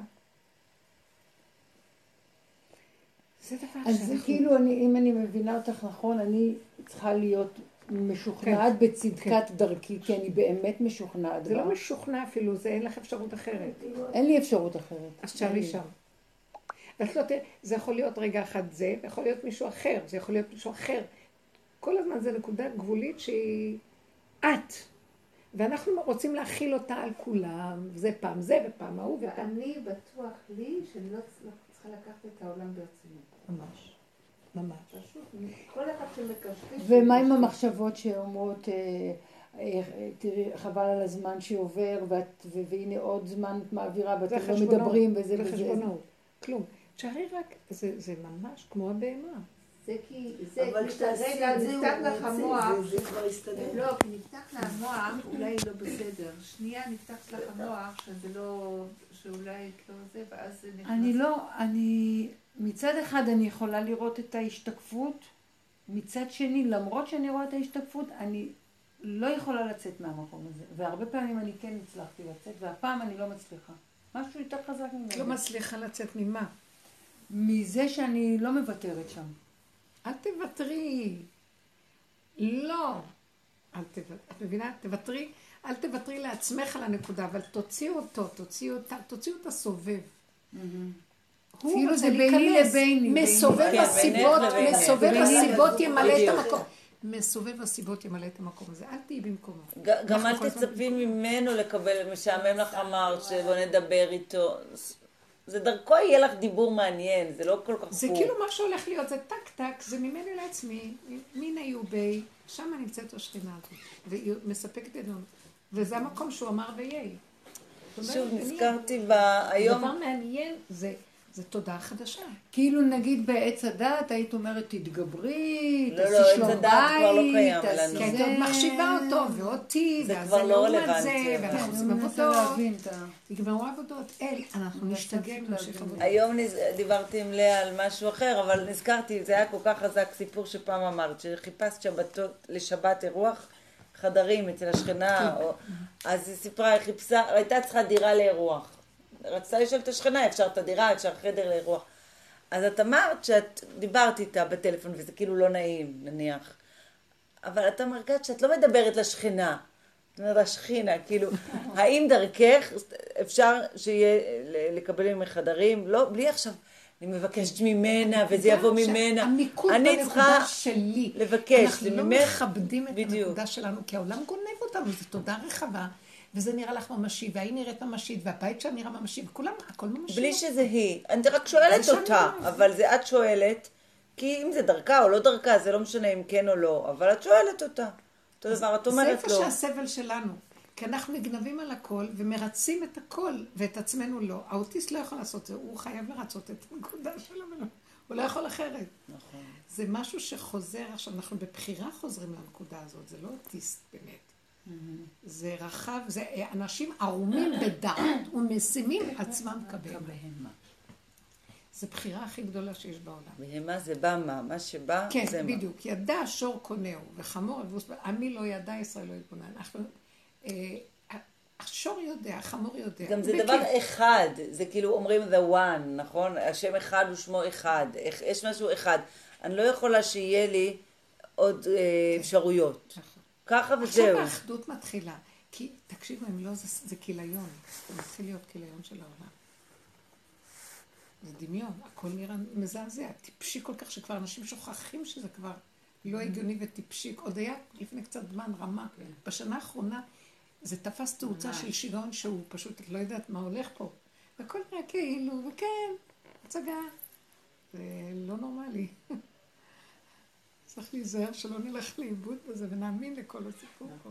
זה דבר אז זה כאילו, אם אני מבינה אותך נכון, אני צריכה להיות משוכנעת בצדקת דרכי, כי אני באמת משוכנעת. זה לא משוכנע אפילו, זה אין לך אפשרות אחרת. אין לי אפשרות אחרת. אז שערי שם. זה יכול להיות רגע אחד זה, ויכול להיות מישהו אחר, זה יכול להיות מישהו אחר. כל הזמן זה נקודה גבולית שהיא את. ואנחנו רוצים להכיל אותה על כולם, זה פעם זה ופעם ההוא ופעם. ואני בטוח לי שאני לא צריכה לקחת את העולם ברצינות. ממש. ממש. פשוט, כל אחד שמקשקש... ומה עם המחשבות שאומרות, תראי, חבל על הזמן שעובר, והנה עוד זמן את מעבירה, ואתם לא מדברים, וזה וזה. זה חשבונות. כלום. תשארי רק, זה ממש כמו הבהמה. זה כי, רגע, נפתח לך המוח, לא, כי נפתח לה המוח, אולי לא בסדר. שנייה נפתח לך המוח, שזה לא, שאולי לא זה, ואז זה נכנס. מצד אחד אני יכולה לראות את ההשתקפות, מצד שני, למרות שאני רואה את ההשתקפות, אני לא יכולה לצאת מהמקום הזה. והרבה פעמים אני כן הצלחתי לצאת, והפעם אני לא מצליחה. משהו יותר חזק ממנו. לא מצליחה לצאת ממה? מזה שאני לא מוותרת שם. אל תוותרי. לא. את מבינה? תוותרי. אל תוותרי לעצמך על הנקודה, אבל תוציאו אותו, תוציאו את הסובב. הוא רוצה להיכנס. מסובב הסיבות ימלא את המקום. מסובב הסיבות ימלא את המקום הזה. אל תהיי במקומו. גם אל תצפי ממנו לקבל, משעמם לך אמרת שבוא נדבר איתו. זה דרכו יהיה לך דיבור מעניין, זה לא כל כך זה כאילו מה שהולך להיות, זה טק טק, זה ממני לעצמי, מן היובי, שם נמצאת השכינה הזאת, והיא מספקת את זה, וזה המקום שהוא אמר ויהי. שוב, נזכרתי היום... דבר מעניין זה תודעה חדשה. כאילו נגיד בעץ הדת, היית אומרת תתגברי, תעשי שלום בית, כבר לא קיים לנו. כי היית עוד מחשיבה אותו, ואותי, זה כבר לא רלוונטי. ואנחנו עושים עבודות, נגמרו עבודות, אנחנו נשתגע להמשיך עבודות. היום דיברתי עם לאה על משהו אחר, אבל נזכרתי, זה היה כל כך חזק סיפור שפעם אמרת, שחיפשת שבתות לשבת אירוח חדרים אצל השכנה, אז היא סיפרה, היא חיפשה, הייתה צריכה דירה לאירוח. רצתה לשאול את השכנה, אפשר את הדירה, אפשר חדר לאירוח. אז את אמרת שאת דיברת איתה בטלפון, וזה כאילו לא נעים, נניח. אבל אתה מרגעת שאת לא מדברת לשכנה. זאת אומרת, השכינה, כאילו, האם דרכך אפשר שיהיה לקבל ממך חדרים? לא, בלי עכשיו, אני מבקשת ממנה, וזה יבוא ממנה. המיקוד בנקודה שלי. לבקש, אנחנו לא מכבדים את הנקודה שלנו, כי העולם גונב אותנו, זו תודה רחבה. וזה נראה לך ממשי, והיא נראית ממשית, והבית שם נראה ממשי, וכולם, הכל ממשי. בלי שזה היא. אני רק שואלת אותה, אבל זה את שואלת, כי אם זה דרכה או לא דרכה, זה לא משנה אם כן או לא, אבל את שואלת אותה. אותו דבר, את אומרת לו. זה איפה שהסבל שלנו, כי אנחנו נגנבים על הכל, ומרצים את הכל, ואת עצמנו לא. האוטיסט לא יכול לעשות זה, הוא חייב לרצות את הנקודה שלו, הוא לא יכול אחרת. נכון. זה משהו שחוזר, עכשיו אנחנו בבחירה חוזרים לנקודה הזאת, זה לא אוטיסט באמת. זה רחב, זה אנשים ערומים בדעת ומשימים עצמם כבהמה. זה בחירה הכי גדולה שיש בעולם. בהמה זה בא מה שבא כן, זה מה. כן, בדיוק. ידע שור קונהו וחמור אבוס, עמי לא ידע, ישראל לא יתבונן. השור יודע, החמור יודע. גם זה דבר אחד, זה כאילו אומרים the one, נכון? השם אחד ושמו אחד, יש משהו אחד. אני לא יכולה שיהיה לי עוד אפשרויות. ככה וזהו. עכשיו האחדות מתחילה. כי, תקשיבו, אם לא, זה כיליון. זה מתחיל להיות כיליון של העולם. זה דמיון. הכל נראה מזעזע. טיפשי כל כך שכבר אנשים שוכחים שזה כבר לא הגיוני וטיפשי. עוד היה לפני קצת זמן רמה. בשנה האחרונה זה תפס תאוצה של שיגעון שהוא פשוט לא יודעת מה הולך פה. והכל נראה כאילו, וכן, הצגה. זה לא נורמלי. צריך להיזהר שלא נלך לאיבוד בזה ונאמין לכל הסיפור פה.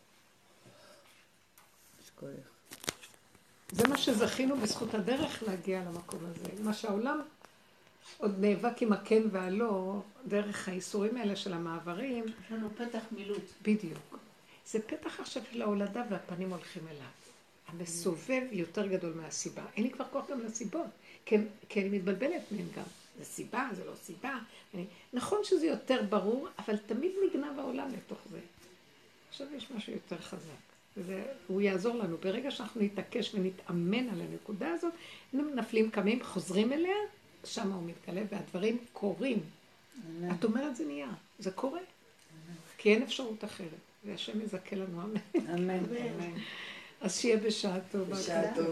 זה מה שזכינו בזכות הדרך להגיע למקום הזה. מה שהעולם עוד נאבק עם הכן והלא, דרך האיסורים האלה של המעברים. יש לנו פתח מילוט. בדיוק. זה פתח עכשיו של ההולדה והפנים הולכים אליו. המסובב יותר גדול מהסיבה. אין לי כבר כוח גם לסיבות, כי אני מתבלבלת מהן גם. זה סיבה, זה לא סיבה. נכון שזה יותר ברור, אבל תמיד נגנב העולם לתוך זה. עכשיו יש משהו יותר חזק. והוא יעזור לנו. ברגע שאנחנו נתעקש ונתאמן על הנקודה הזאת, נפלים קמים, חוזרים אליה, שם הוא מתגלה והדברים קורים. את אומרת זה נהיה, זה קורה. כי אין אפשרות אחרת. והשם יזכה לנו, אמן. אמן. אז שיהיה בשעה טובה. בשעה טובה.